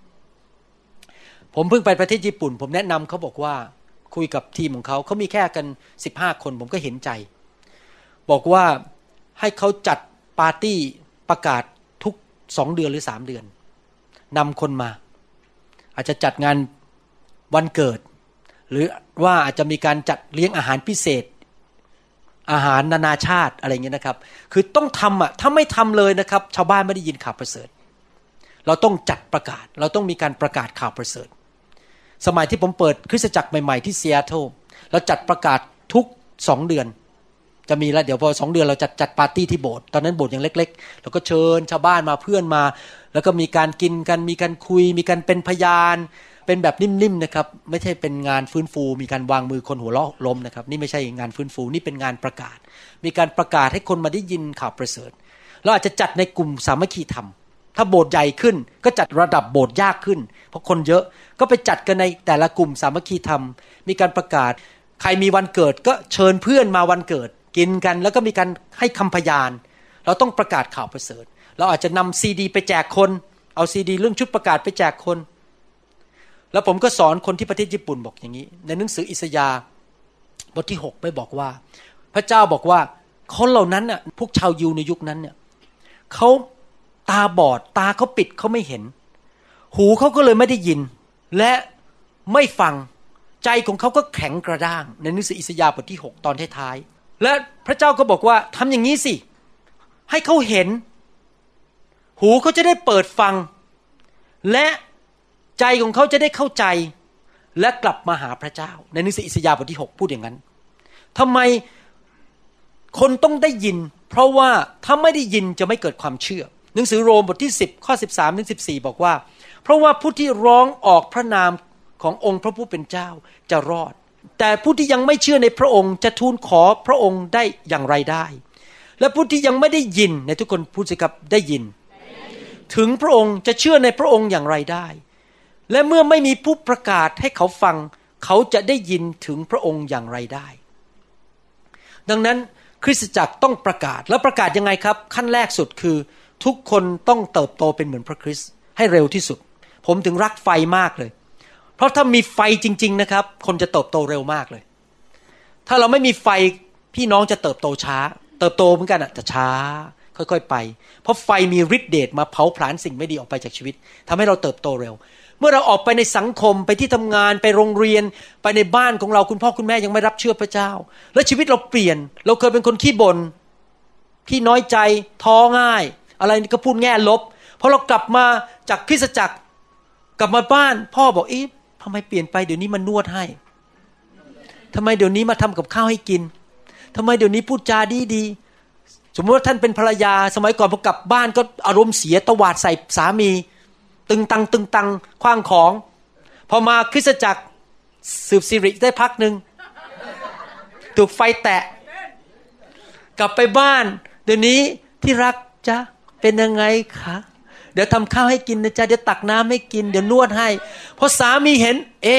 ผมเพิ่งไปประเทศญี่ปุ่นผมแนะนำเขาบอกว่าคุยกับทีมของเขามีแค่กัน15คนผมก็เห็นใจบอกว่าให้เขาจัดปาร์ตี้ประกาศทุก2เดือนหรือ3เดือนนำคนมาอาจจะจัดงานวันเกิดหรือว่าอาจจะมีการจัดเลี้ยงอาหารพิเศษอาหารนานาชาติอะไรเงี้ยนะครับคือต้องทำถ้าไม่ทำเลยนะครับชาวบ้านไม่ได้ยินข่าวประเสริฐเราต้องจัดประกาศเราต้องมีการประกาศข่าวประเสริฐสมัยที่ผมเปิดคริสตจักรใหม่ๆที่ซีแอตเทิลเราจัดประกาศทุก2เดือนจะมีแล้วเดี๋ยวพอ2เดือนเราจัดปาร์ตี้ที่โบสถ์ตอนนั้นโบสถ์ยังเล็กๆเราก็เชิญชาวบ้านมาเพื่อนมาแล้วก็มีการกินกันมีการคุยมีการเป็นพยานเป็นแบบนิ่มๆนะครับไม่ใช่เป็นงานฟื้นฟูมีการวางมือคนหัวเราะล้มนะครับนี่ไม่ใช่งานฟื้นฟูนี่เป็นงานประกาศมีการประกาศให้คนมาได้ยินข่าวประเสริฐเราอาจจะจัดในกลุ่มสามัคคีธรรมถ้าโบสถ์ใหญ่ขึ้นก็จัดระดับโบสถ์ยากขึ้นเพราะคนเยอะก็ไปจัดกันในแต่ละกลุ่มสามัคคีธรรมมีการประกาศใครมีวันเกิดก็เชิญเพื่อนมาวันเกิดกินกันแล้วก็มีการให้คำพยานเราต้องประกาศข่าวประเสริฐเราอาจจะนำซีดีไปแจกคนเอาซีดีเรื่องชุดประกาศไปแจกคนแล้วผมก็สอนคนที่ประเทศญี่ปุ่นบอกอย่างนี้ในหนังสืออิสยาห์บทที่6ไปบอกว่าพระเจ้าบอกว่าคนเหล่านั้นน่ะพวกชาวยิวในยุคนั้นเนี่ยเขาตาบอดตาเขาปิดเขาไม่เห็นหูเขาก็เลยไม่ได้ยินและไม่ฟังใจของเขาก็แข็งกระด้างในหนังสืออิสยาห์บทที่6ตอนท้ายๆและพระเจ้าก็บอกว่าทำอย่างนี้สิให้เขาเห็นหูเขาจะได้เปิดฟังและใจของเขาจะได้เข้าใจและกลับมาหาพระเจ้าในหนังสืออิสยาห์บทที่6พูดอย่างนั้นทำไมคนต้องได้ยินเพราะว่าถ้าไม่ได้ยินจะไม่เกิดความเชื่อหนังสือโรมบทที่10ข้อ13ถึง14บอกว่าเพราะว่าผู้ที่ร้องออกพระนามขององค์พระผู้เป็นเจ้าจะรอดแต่ผู้ที่ยังไม่เชื่อในพระองค์จะทูลขอพระองค์ได้อย่างไรได้และผู้ที่ยังไม่ได้ยินในทุกคนพูดสิครับได้ยินถึงพระองค์จะเชื่อในพระองค์อย่างไรได้และเมื่อไม่มีผู้ประกาศให้เขาฟังเขาจะได้ยินถึงพระองค์อย่างไรได้ดังนั้นคริสตจักรต้องประกาศแล้วประกาศยังไงครับขั้นแรกสุดคือทุกคนต้องเติบโตเป็นเหมือนพระคริสต์ให้เร็วที่สุดผมถึงรักไฟมากเลยเพราะถ้ามีไฟจริงๆนะครับคนจะเติบโตเร็วมากเลยถ้าเราไม่มีไฟพี่น้องจะเติบโตช้าเติบโตเหมือนกันแต่ช้าค่อยๆไปเพราะไฟมีฤทธิ์เดชมาเผาผลาญสิ่งไม่ดีออกไปจากชีวิตทำให้เราเติบโตเร็วเมื่อเราออกไปในสังคมไปที่ทำงานไปโรงเรียนไปในบ้านของเราคุณพ่อคุณแม่ยังไม่รับเชื่อพระเจ้าและชีวิตเราเปลี่ยนเราเคยเป็นคนขี้บ่นขี้น้อยใจท้อง่ายอะไรก็พูดแง่ลบพอเรากลับมาจากคริสตจักรกลับมาบ้านพ่อบอกทำไมเปลี่ยนไปเดี๋ยวนี้มันนวดให้ทำไมเดี๋ยวนี้มาทำกับข้าวให้กินทำไมเดี๋ยวนี้พูดจาดีสมมติว่าท่านเป็นภรรยาสมัยก่อนพอกลับบ้านก็อารมณ์เสียตวาดใส่สามีตึงตังขว้างของพอมาคริสตจักรสืบสิริได้พักนึงถูกไฟแตะกลับไปบ้านเดี๋ยวนี้ที่รักจ๊ะเป็นยังไงคะเดี๋ยวทำข้าวให้กินนะจ๊ะเดี๋ยวตักน้ำให้กินเดี๋ยวนวดให้พอสามีเห็น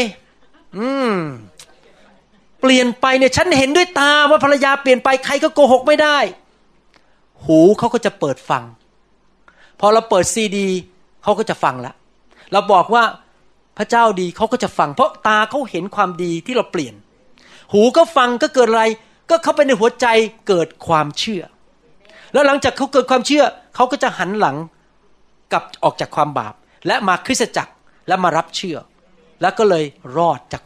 เปลี่ยนไปเนี่ยฉันเห็นด้วยตาว่าภรรยาเปลี่ยนไปใครก็โกหกไม่ได้หูเขาก็จะเปิดฟังพอเราเปิดซีดีเขาก็จะฟังละเราบอกว่าพระเจ้าดีเขาก็จะฟังเพราะตาเขาเห็นความดีที่เราเปลี่ยนหูก็ฟังก็เกิดอะไรก็เข้าไปในหัวใจเกิดความเชื่อแล้วหลังจากเขาเกิดความเชื่อเขาก็จะหันหลังกลับออกจากความบาปและมาคริสตจักรและมารับเชื่อแล้วก็เลยรอดจากความ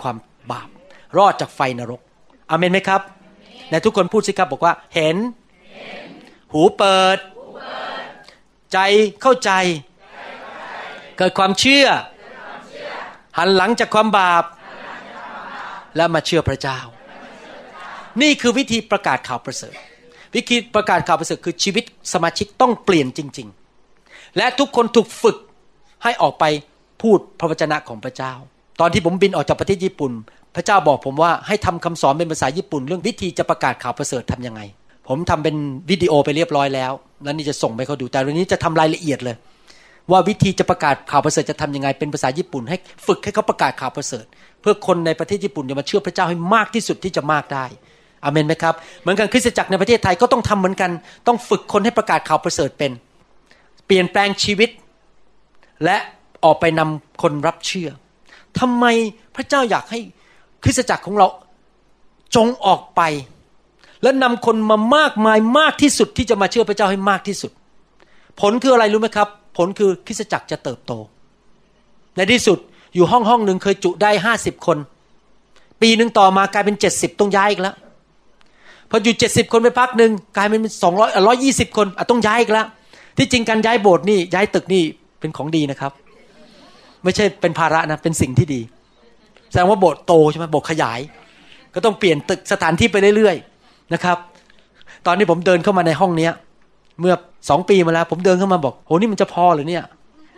บาปรอดจากไฟนรกอาเมนไหมครับในทุกคนพูดสิครับบอกว่าเห็นหูเปิดใจเข้าใจเกิดความเชื่อหันหลังจากความบาปและมาเชื่อพระเจ้านี่คือวิธีประกาศข่าวประเสริฐวิธีประกาศข่าวประเสริฐคือชีวิตสมาชิกต้องเปลี่ยนจริงๆและทุกคนถูกฝึกให้ออกไปพูดพระวจนะของพระเจ้าตอนที่ผมบินออกจากประเทศญี่ปุ่นพระเจ้าบอกผมว่าให้ทำคำสอนเป็นภาษาญี่ปุ่นเรื่องวิธีจะประกาศข่าวประเสริฐทำยังไงผมทำเป็นวิดีโอไปเรียบร้อยแล้วนี่จะส่งไปเขาดูแต่วันนี้จะทำรายละเอียดเลยว่าวิธีจะประกาศข่าวประเสริฐจะทำยังไงเป็นภาษาญี่ปุ่นให้ฝึกให้เขาประกาศข่าวประเสริฐเพื่อคนในประเทศญี่ปุ่นจะมาเชื่อพระเจ้าให้มากที่สุดที่จะมากได้อาเมนไหมครับเหมือนกันคริสตจักรในประเทศไทยก็ต้องทำเหมือนกันต้องฝึกคนให้ประกาศข่าวประเสริฐเป็นเปลี่ยนแปลงชีวิตและออกไปนำคนรับเชื่อทำไมพระเจ้าอยากให้คริสตจักรของเราจงออกไปและนำคนมามากมายมากที่สุดที่จะมาเชื่อพระเจ้าให้มากที่สุดผลคืออะไรรู้ไหมครับผลคือคริสตจักรจะเติบโตในที่สุดอยู่ห้องนึงเคยจุได้50คนปีนึงต่อมากลายเป็น70ต้องย้ายอีกแล้วพออยู่70คนไปพักนึงกลายเป็น200 120คนต้องย้ายอีกแล้วที่จริงการย้ายโบสถ์นี่ย้ายตึกนี่เป็นของดีนะครับไม่ใช่เป็นภาระนะเป็นสิ่งที่ดีแสดงว่าโบสถ์โตใช่ไหมโบสถ์ขยายก็ต้องเปลี่ยนตึกสถานที่ไปเรื่อยๆนะครับตอนนี้ผมเดินเข้ามาในห้องนี้เมื่อ2 ปีมาแล้วผมเดินเข้ามาบอกโหนี่มันจะพอหรือเนี่ย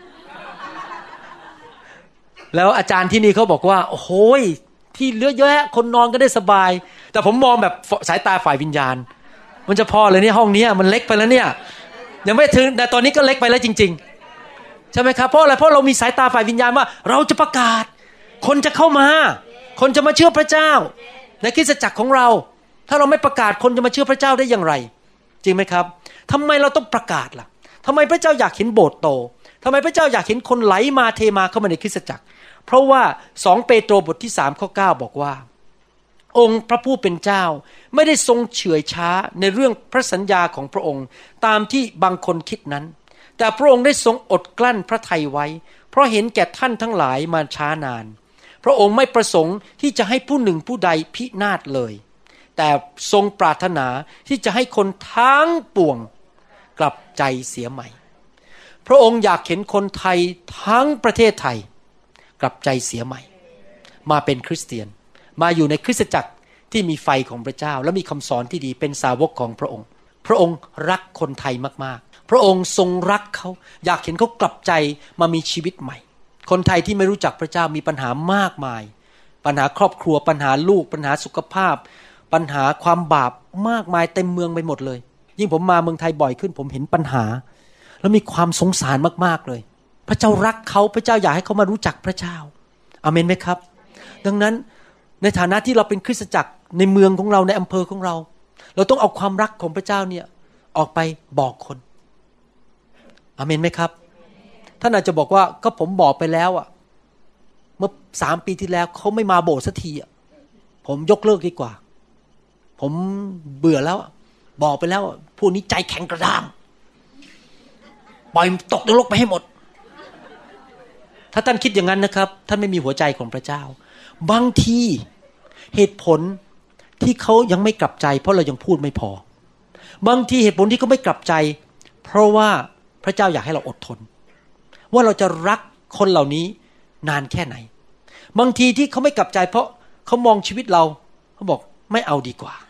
แล้วอาจารย์ที่นี่เขาบอกว่าโอ้โหที่เยอะแยะคนนอนก็ได้สบายแต่ผมมองแบบสายตาฝ่ายวิญญาณมันจะพอเลยเนี่ยห้องนี้มันเล็กไปแล้วเนี่ยยังไม่ถึงแต่ตอนนี้ก็เล็กไปแล้วจริงๆใช่ไหมครับเพราะอะไรเพราะเรามีสายตาฝ่ายวิญญาณว่าเราจะประกาศคนจะเข้ามาคนจะมาเชื่อพระเจ้าในคริสตจักรของเราถ้าเราไม่ประกาศคนจะมาเชื่อพระเจ้าได้อย่างไรจริงไหมครับทำไมเราต้องประกาศล่ะทำไมพระเจ้าอยากเห็นโบสถ์โตทำไมพระเจ้าอยากเห็นคนไหลมาเทมาเข้ามาในคริสตจักรเพราะว่า2เปโตรบทที่3ข้อ9บอกว่าองค์พระผู้เป็นเจ้าไม่ได้ทรงเฉื่อยช้าในเรื่องพระสัญญาของพระองค์ตามที่บางคนคิดนั้นแต่พระองค์ได้ทรงอดกลั้นพระทัยไว้เพราะเห็นแก่ท่านทั้งหลายมาช้านานพระองค์ไม่ประสงค์ที่จะให้ผู้หนึ่งผู้ใดพินาศเลยแต่ทรงปรารถนาที่จะให้คนทั้งปวงกลับใจเสียใหม่พระองค์อยากเห็นคนไทยทั้งประเทศไทยกลับใจเสียใหม่มาเป็นคริสเตียนมาอยู่ในคริสตจักรที่มีไฟของพระเจ้าและมีคำสอนที่ดีเป็นสาวกของพระองค์พระองค์รักคนไทยมากๆพระองค์ทรงรักเขาอยากเห็นเขากลับใจมามีชีวิตใหม่คนไทยที่ไม่รู้จักพระเจ้ามีปัญหามากมายปัญหาครอบครัวปัญหาลูกปัญหาสุขภาพปัญหาความบาปมากมายเต็มเมืองไปหมดเลยยิ่งผมมาเมืองไทยบ่อยขึ้นผมเห็นปัญหาแล้วมีความสงสารมากๆเลยพระเจ้ารักเขาพระเจ้าอยากให้เขามารู้จักพระเจ้าอาเมนไหมครับดังนั้นในฐานะที่เราเป็นคริสตจักรในเมืองของเราในอำเภอของเราเราต้องเอาความรักของพระเจ้าเนี่ยออกไปบอกคนอาเมนไหมครับท่านอาจจะบอกว่าก็ผมบอกไปแล้วอ่ะเมื่อ3 ปีที่แล้วเขาไม่มาโบสถ์สักทีอ่ะผมยกเลิกดีกว่าผมเบื่อแล้วบอกไปแล้วพวกนี้ใจแข็งกระด้างปล่อยตกนรกไปให้หมดถ้าท่านคิดอย่างนั้นนะครับท่านไม่มีหัวใจของพระเจ้าบางทีเหตุผลที่เขายังไม่กลับใจเพราะเรายังพูดไม่พอบางทีเหตุผลที่เขาไม่กลับใจเพราะว่าพระเจ้าอยากให้เราอดทนว่าเราจะรักคนเหล่านี้นานแค่ไหนบางทีที่เขาไม่กลับใจเพราะเขามองชีวิตเราเขาบอกไม่เอาดีกว่า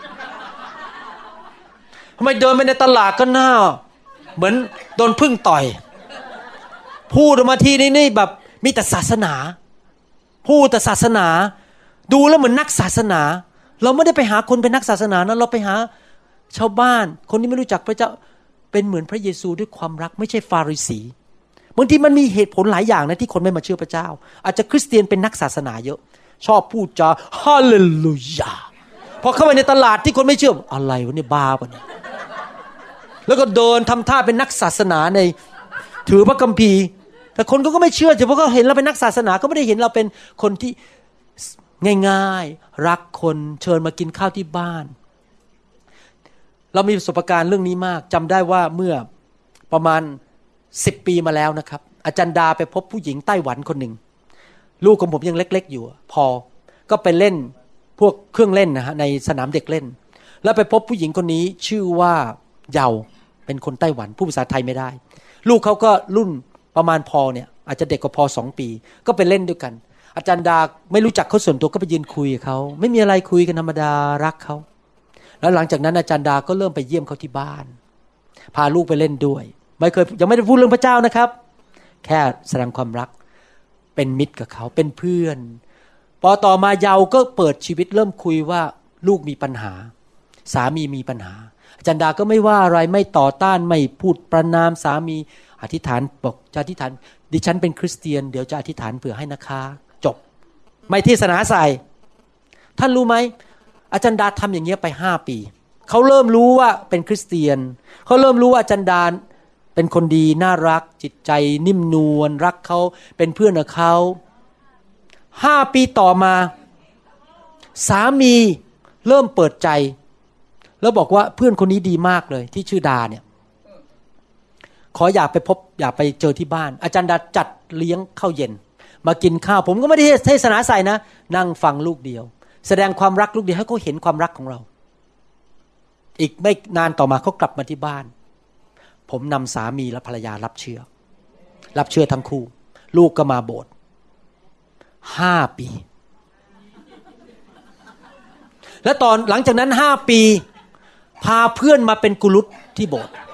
ทำไมเดินไปในตลาดก็หน้าเหมือนโดนผึ้งต่อยพูดออกมาทีนี่แบบมีแต่ศาสนาพูดแต่ศาสนาดูแล้วเหมือนนักศาสนาเราไม่ได้ไปหาคนเป็นนักศาสนานะเราไปหาชาวบ้านคนที่ไม่รู้จักพระเจ้าเป็นเหมือนพระเยซูด้วยความรักไม่ใช่ฟาริสีบางทีมันมีเหตุผลหลายอย่างนะที่คนไม่มาเชื่อพระเจ้าอาจจะคริสเตียนเป็นนักศาสนาเยอะชอบพูดจาฮาเลลูยาพอเข้าไปในตลาดที่คนไม่เชื่ออะไรวะเนี่ยบ้าปะเนี่ยแล้วก็เดินทำท่าเป็นนักศาสนาในถือพระคัมภีร์แต่คนก็ไม่เชื่อเพราะเขาเห็นเราเป็นนักศาสนาก็ไม่ได้เห็นเราเป็นคนที่ง่ายๆรักคนเชิญมากินข้าวที่บ้านเรามีประสบการณ์เรื่องนี้มากจำได้ว่าเมื่อประมาณ10 ปีมาแล้วนะครับอาจารย์ดาไปพบผู้หญิงไต้หวันคนหนึ่งลูกของผมยังเล็กๆอยู่พอก็ไปเล่นพวกเครื่องเล่นนะฮะในสนามเด็กเล่นแล้วไปพบผู้หญิงคนนี้ชื่อว่าเยาเป็นคนไต้หวันพูดภาษาไทยไม่ได้ลูกเขาก็รุ่นประมาณพอเนี่ยอาจจะเด็กกว่าพอ2 ปีก็ไปเล่นด้วยกันอาจารย์ดาไม่รู้จักเขาส่วนตัวก็ไปยืนคุยกับเขาไม่มีอะไรคุยกันธรรมดารักเขาแล้วหลังจากนั้นอาจารย์ดาก็เริ่มไปเยี่ยมเขาที่บ้านพาลูกไปเล่นด้วยยังไม่ได้พูดเรื่องพระเจ้านะครับแค่แสดงความรักเป็นมิตรกับเขาเป็นเพื่อนพอต่อมาเยาก็เปิดชีวิตเริ่มคุยว่าลูกมีปัญหาสามีมีปัญหาอาจารย์ดาก็ไม่ว่าอะไรไม่ต่อต้านไม่พูดประณามสามีอธิษฐานบอกจะอธิษฐานดิฉันเป็นคริสเตียนเดี๋ยวจะอธิษฐานเผื่อให้นะคะจบไม่เทศนาใส่ท่านรู้ไหมอาจารย์ดาทำอย่างเงี้ยไป5 ปีเขาเริ่มรู้ว่าเป็นคริสเตียนเขาเริ่มรู้ว่าอาจารย์ดาเป็นคนดีน่ารักจิตใจนิ่มนวลรักเขาเป็นเพื่อนกับเขา5 ปีต่อมาสามีเริ่มเปิดใจแล้วบอกว่าเพื่อนคนนี้ดีมากเลยที่ชื่อดาเนี่ยขออยากไปพบอยากไปเจอที่บ้านอาจารย์ดาจัดเลี้ยงข้าวเย็นมากินข้าวผมก็ไม่ได้เทศนาใส่นะนั่งฟังลูกเดียวแสดงความรักลูกเดียวให้เขาเห็นความรักของเราอีกไม่นานต่อมาเขากลับมาที่บ้านผมนำสามีและภรรยารับเชื่อทั้งคู่ลูกก็มาโบสถ์5 ปีและตอนหลังจากนั้น5 ปีพาเพื่อนมาเป็นกุลุตที่โบสถ์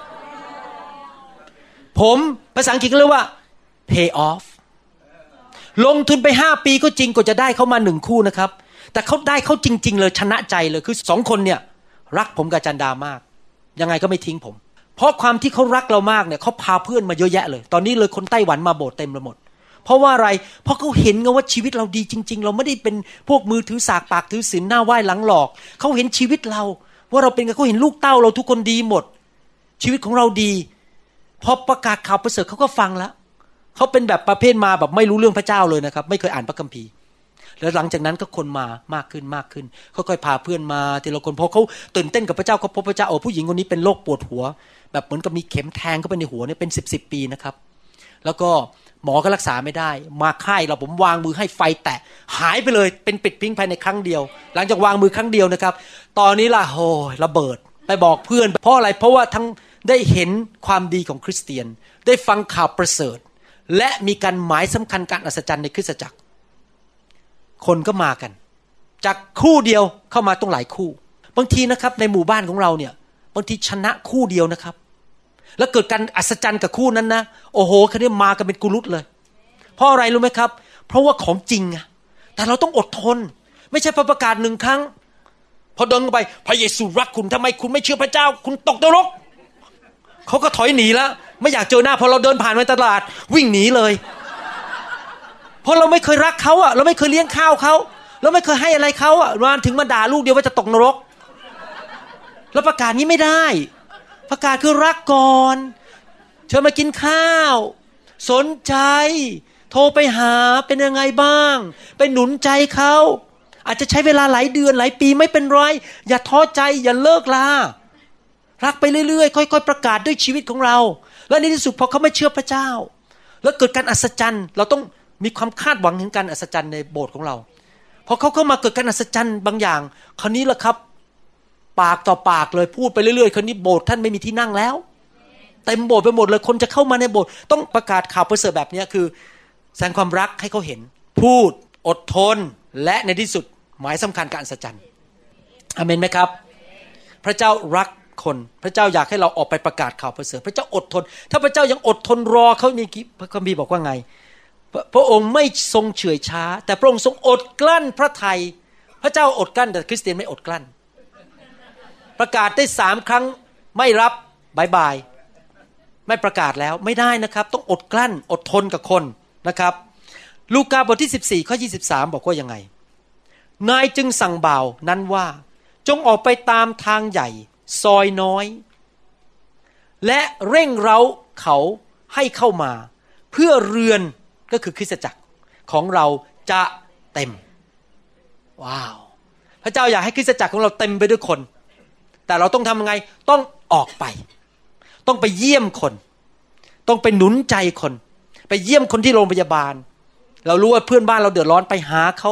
ผมภาษาอังกฤษเรียกว่า pay off ลงทุนไป5 ปีก็จริงกว่าจะได้เขามา1 คู่นะครับแต่เขาได้เขาจริงๆเลยชนะใจเลยคือ2 คนเนี่ยรักผมกับอาจารย์ดามากยังไงก็ไม่ทิ้งผมเพราะความที่เขารักเรามากเนี่ยเขาพาเพื่อนมาเยอะแยะเลยตอนนี้เลยคนไต้หวันมาโบสถ์เต็มไปหมดเพราะว่าอะไรเพราะเขาเห็นไงว่าชีวิตเราดีจริงๆเราไม่ได้เป็นพวกมือถือสากปากถือศีลหน้าไหว้หลังหลอกเขาเห็นชีวิตเราว่าเราเป็นเขาเห็นลูกเต้าเราทุกคนดีหมดชีวิตของเราดีพอประกาศข่าวประเสริฐเขาก็ฟังแล้วเขาเป็นแบบประเภทมาแบบไม่รู้เรื่องพระเจ้าเลยนะครับไม่เคยอ่านพระคัมภีร์แล้วหลังจากนั้นก็คนมามากขึ้นค่อยๆพาเพื่อนมาทีละคนพอเขาตื่นเต้นกับพระเจ้าเขาพบพระเจ้าโอ้ผู้หญิงคนนี้เป็นโรคปวดหัวแบบเหมือนกับมีเข็มแทงเข้าไปในหัวเนี่ยเป็น10 ปีนะครับแล้วก็หมอก็รักษาไม่ได้มาค่ายเราผมวางมือให้ไฟแตะหายไปเลยเป็นปิดพิงภายในครั้งเดียวหลังจากวางมือครั้งเดียวนะครับตอนนี้ล่ะโอ้ยระเบิดไปบอกเพื่อนเพราะอะไรเพราะว่าทั้งได้เห็นความดีของคริสเตียนได้ฟังข่าวประเสริฐและมีการหมายสำคัญการอัศจรรย์ในคริสตจักรคนก็มากันจากคู่เดียวเข้ามาต้องหลายคู่บางทีนะครับในหมู่บ้านของเราเนี่ยบางทีชนะคู่เดียวนะครับแล้วเกิดการอัศจรรย์กับคู่นั้นนะโอ้โหเขาเนี่ยมากันเป็นกุลุตเลยเพราะอะไรรู้ไหมครับเพราะว่าของจริงอะแต่เราต้องอดทนไม่ใช่ประกาศ1 ครั้งพอเดินไปพระเยซูรักคุณทำไมคุณไม่เชื่อพระเจ้าคุณตกนรกเขาก็ถอยหนีแล้วไม่อยากเจอหน้าพอเราเดินผ่านในตลาดวิ่งหนีเลยเพราะเราไม่เคยรักเขาอะเราไม่เคยเลี้ยงข้าวเขาเราไม่เคยให้อะไรเขาอะมาถึงมาด่าลูกเดียวว่าจะตกนรกแล้วประกาศนี้ไม่ได้ประกาศคือรักก่อนเชิญมากินข้าวสนใจโทรไปหาเป็นยังไงบ้างไปหนุนใจเขาอาจจะใช้เวลาหลายเดือนหลายปีไม่เป็นไรอย่าท้อใจอย่าเลิกลารักไปเรื่อยๆค่อยๆประกาศด้วยชีวิตของเราและในที่สุดพอเขาไม่เชื่อพระเจ้าแล้วเกิดการอัศจรรย์เราต้องมีความคาดหวังถึงการอัศจรรย์ในโบสถ์ของเราพอเขาเข้ามาเกิดการอัศจรรย์บางอย่างคราวนี้ล่ะครับปากต่อปากเลยพูดไปเรื่อยๆคราวนี้โบสถ์ท่านไม่มีที่นั่งแล้วเต็มโบสถ์ไปหมดเลยคนจะเข้ามาในโบสถ์ต้องประกาศข่าวประเสริฐแบบนี้คือแสดงความรักให้เขาเห็นพูดอดทนและในที่สุดหมายสำคัญการอัศจรรย์อาเมนไหมครับพระเจ้ารักคนพระเจ้าอยากให้เราออกไปประกาศข่าวประเสริฐพระเจ้าอดทนถ้าพระเจ้ายังอดทนรอเขามีพระคัมภีร์บอกว่าไงพระองค์ไม่ทรงเฉื่อยช้าแต่พระองค์ทรงอดกลั้นพระทัยพระเจ้าอดกลั้นแต่คริสเตียนไม่อดกลั้นประกาศได้3 ครั้งไม่รับบายบายไม่ประกาศแล้วไม่ได้นะครับต้องอดกลั้นอดทนกับคนนะครับลูกาบทที่14ข้อ23บอกว่ายังไงนายจึงสั่งบ่าวนั้นว่าจงออกไปตามทางใหญ่ซอยน้อยและเร่งเร้าเขาให้เข้ามาเพื่อเรือนก็คือคริสตจักรของเราจะเต็มว้าวพระเจ้าอยากให้คริสตจักรของเราเต็มไปด้วยคนแต่เราต้องทำยังไงต้องออกไปต้องไปเยี่ยมคนต้องไปหนุนใจคนไปเยี่ยมคนที่โรงพยาบาลเรารู้ว่าเพื่อนบ้านเราเดือดร้อนไปหาเขา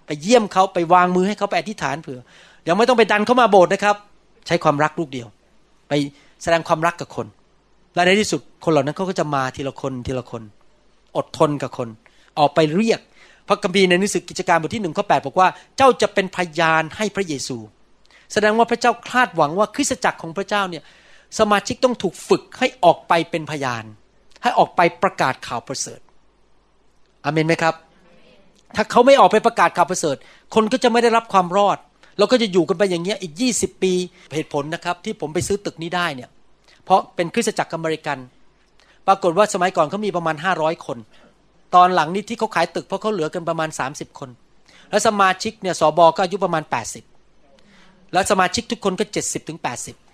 ไปเยี่ยมเขาไปวางมือให้เขาไปอธิษฐานเผื่อยังไม่ต้องไปดันเขามาโบสถ์นะครับใช้ความรักลูกเดียวไปแสดงความรักกับคนและในที่สุดคนเหล่านั้นเขาก็จะมาทีละคนทีละคนอดทนกับคนออกไปเรียกพระคัมภีร์ในหนังสือกิจการบทที่1 ข้อ 8บอกว่าเจ้าจะเป็นพยานให้พระเยซูแสดงว่าพระเจ้าคาดหวังว่าคริสตจักรของพระเจ้าเนี่ยสมาชิกต้องถูกฝึกให้ออกไปเป็นพยานให้ออกไปประกาศข่าวประเสริฐอาเมนไหมครับถ้าเขาไม่ออกไปประกาศข่าวประเสริฐคนก็จะไม่ได้รับความรอดเราก็จะอยู่กันไปอย่างเงี้ยอีก20 ปีเหตุผลนะครับที่ผมไปซื้อตึกนี้ได้เนี่ยเพราะเป็นคริสตจักรอเมริกันปรากฏว่าสมัยก่อนเขามีประมาณ500คนตอนหลังนี้ที่เขาขายตึกเพราะเขาเหลือกันประมาณ30 คนแล้วสมาชิกเนี่ยสบก็อายุประมาณ80แล้วสมาชิกทุกคนก็70 ถึง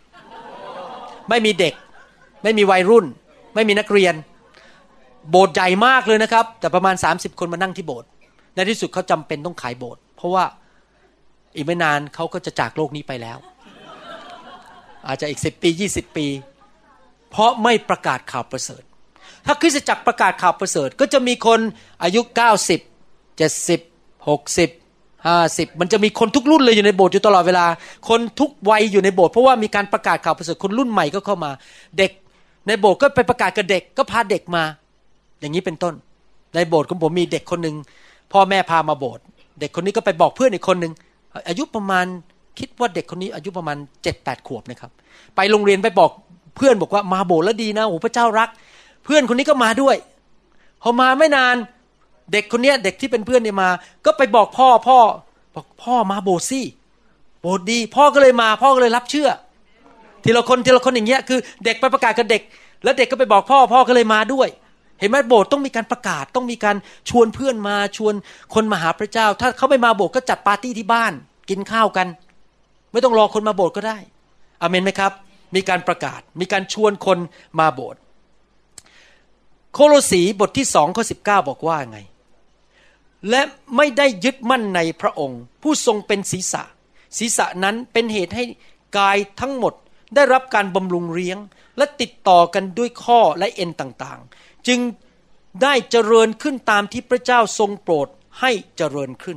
80ไม่มีเด็กไม่มีวัยรุ่นไม่มีนักเรียนโบสถ์ใหญ่มากเลยนะครับแต่ประมาณ30 คนมานั่งที่โบสถ์ในที่สุดเขาจำเป็นต้องขายโบสถ์เพราะว่าอีกไม่นานเขาก็จะจากโลกนี้ไปแล้วอาจจะอีก10 ปี20 ปีเพราะไม่ประกาศข่าวประเสริฐถ้าคริสตจักรประกาศข่าวประเสริฐก็จะมีคนอายุ90 70 60 50มันจะมีคนทุกรุ่นเลยอยู่ในโบสถ์อยู่ตลอดเวลาคนทุกวัยอยู่ในโบสถ์เพราะว่ามีการประกาศข่าวประเสริฐคนรุ่นใหม่ก็เข้ามาเด็กในโบสถ์ก็ไปประกาศกับเด็กก็พาเด็กมาอย่างนี้เป็นต้นในโบสถ์ของผมมีเด็กคนนึงพ่อแม่พามาโบสถ์เด็กคนนี้ก็ไปบอกเพื่อนอีกคนนึงอายุประมาณคิดว่าเด็กคนนี้อายุประมาณ 7-8 ขวบนะครับไปโรงเรียนไปบอกเพื่อนบอกว่ามาโบสถ์แล้วดีนะโอ้พระเจ้ารักเพื่อนคนนี้ก็มาด้วยพอมาไม่นานเด็กคนนี้เด็กที่เป็นเพื่อนเนี่ยมาก็ไปบอกพ่อบอกพ่อมาโบสถ์สิโบสถ์ดีพ่อก็เลยมาพ่อก็เลยรับเชื่อทีละคนอย่างเงี้ยคือเด็กไปประกาศกับเด็กแล้วเด็กก็ไปบอกพ่อก็เลยมาด้วยเห็นไหมโบสถ์ต้องมีการประกาศต้องมีการชวนเพื่อนมาชวนคนมาหาพระเจ้าถ้าเขาไม่มาโบสถ์ก็จัดปาร์ตี้ที่บ้านกินข้าวกันไม่ต้องรอคนมาโบสถ์ก็ได้อาเมนไหมครับมีการประกาศมีการชวนคนมาโบสถ์โคโลสีบทที่2 ข้อ 19บอกว่าไงและไม่ได้ยึดมั่นในพระองค์ผู้ทรงเป็นศีรษะนั้นเป็นเหตุให้กายทั้งหมดได้รับการบำรุงเลี้ยงและติดต่อกันด้วยข้อและเอ็นต่างๆจึงได้เจริญขึ้นตามที่พระเจ้าทรงโปรดให้เจริญขึ้น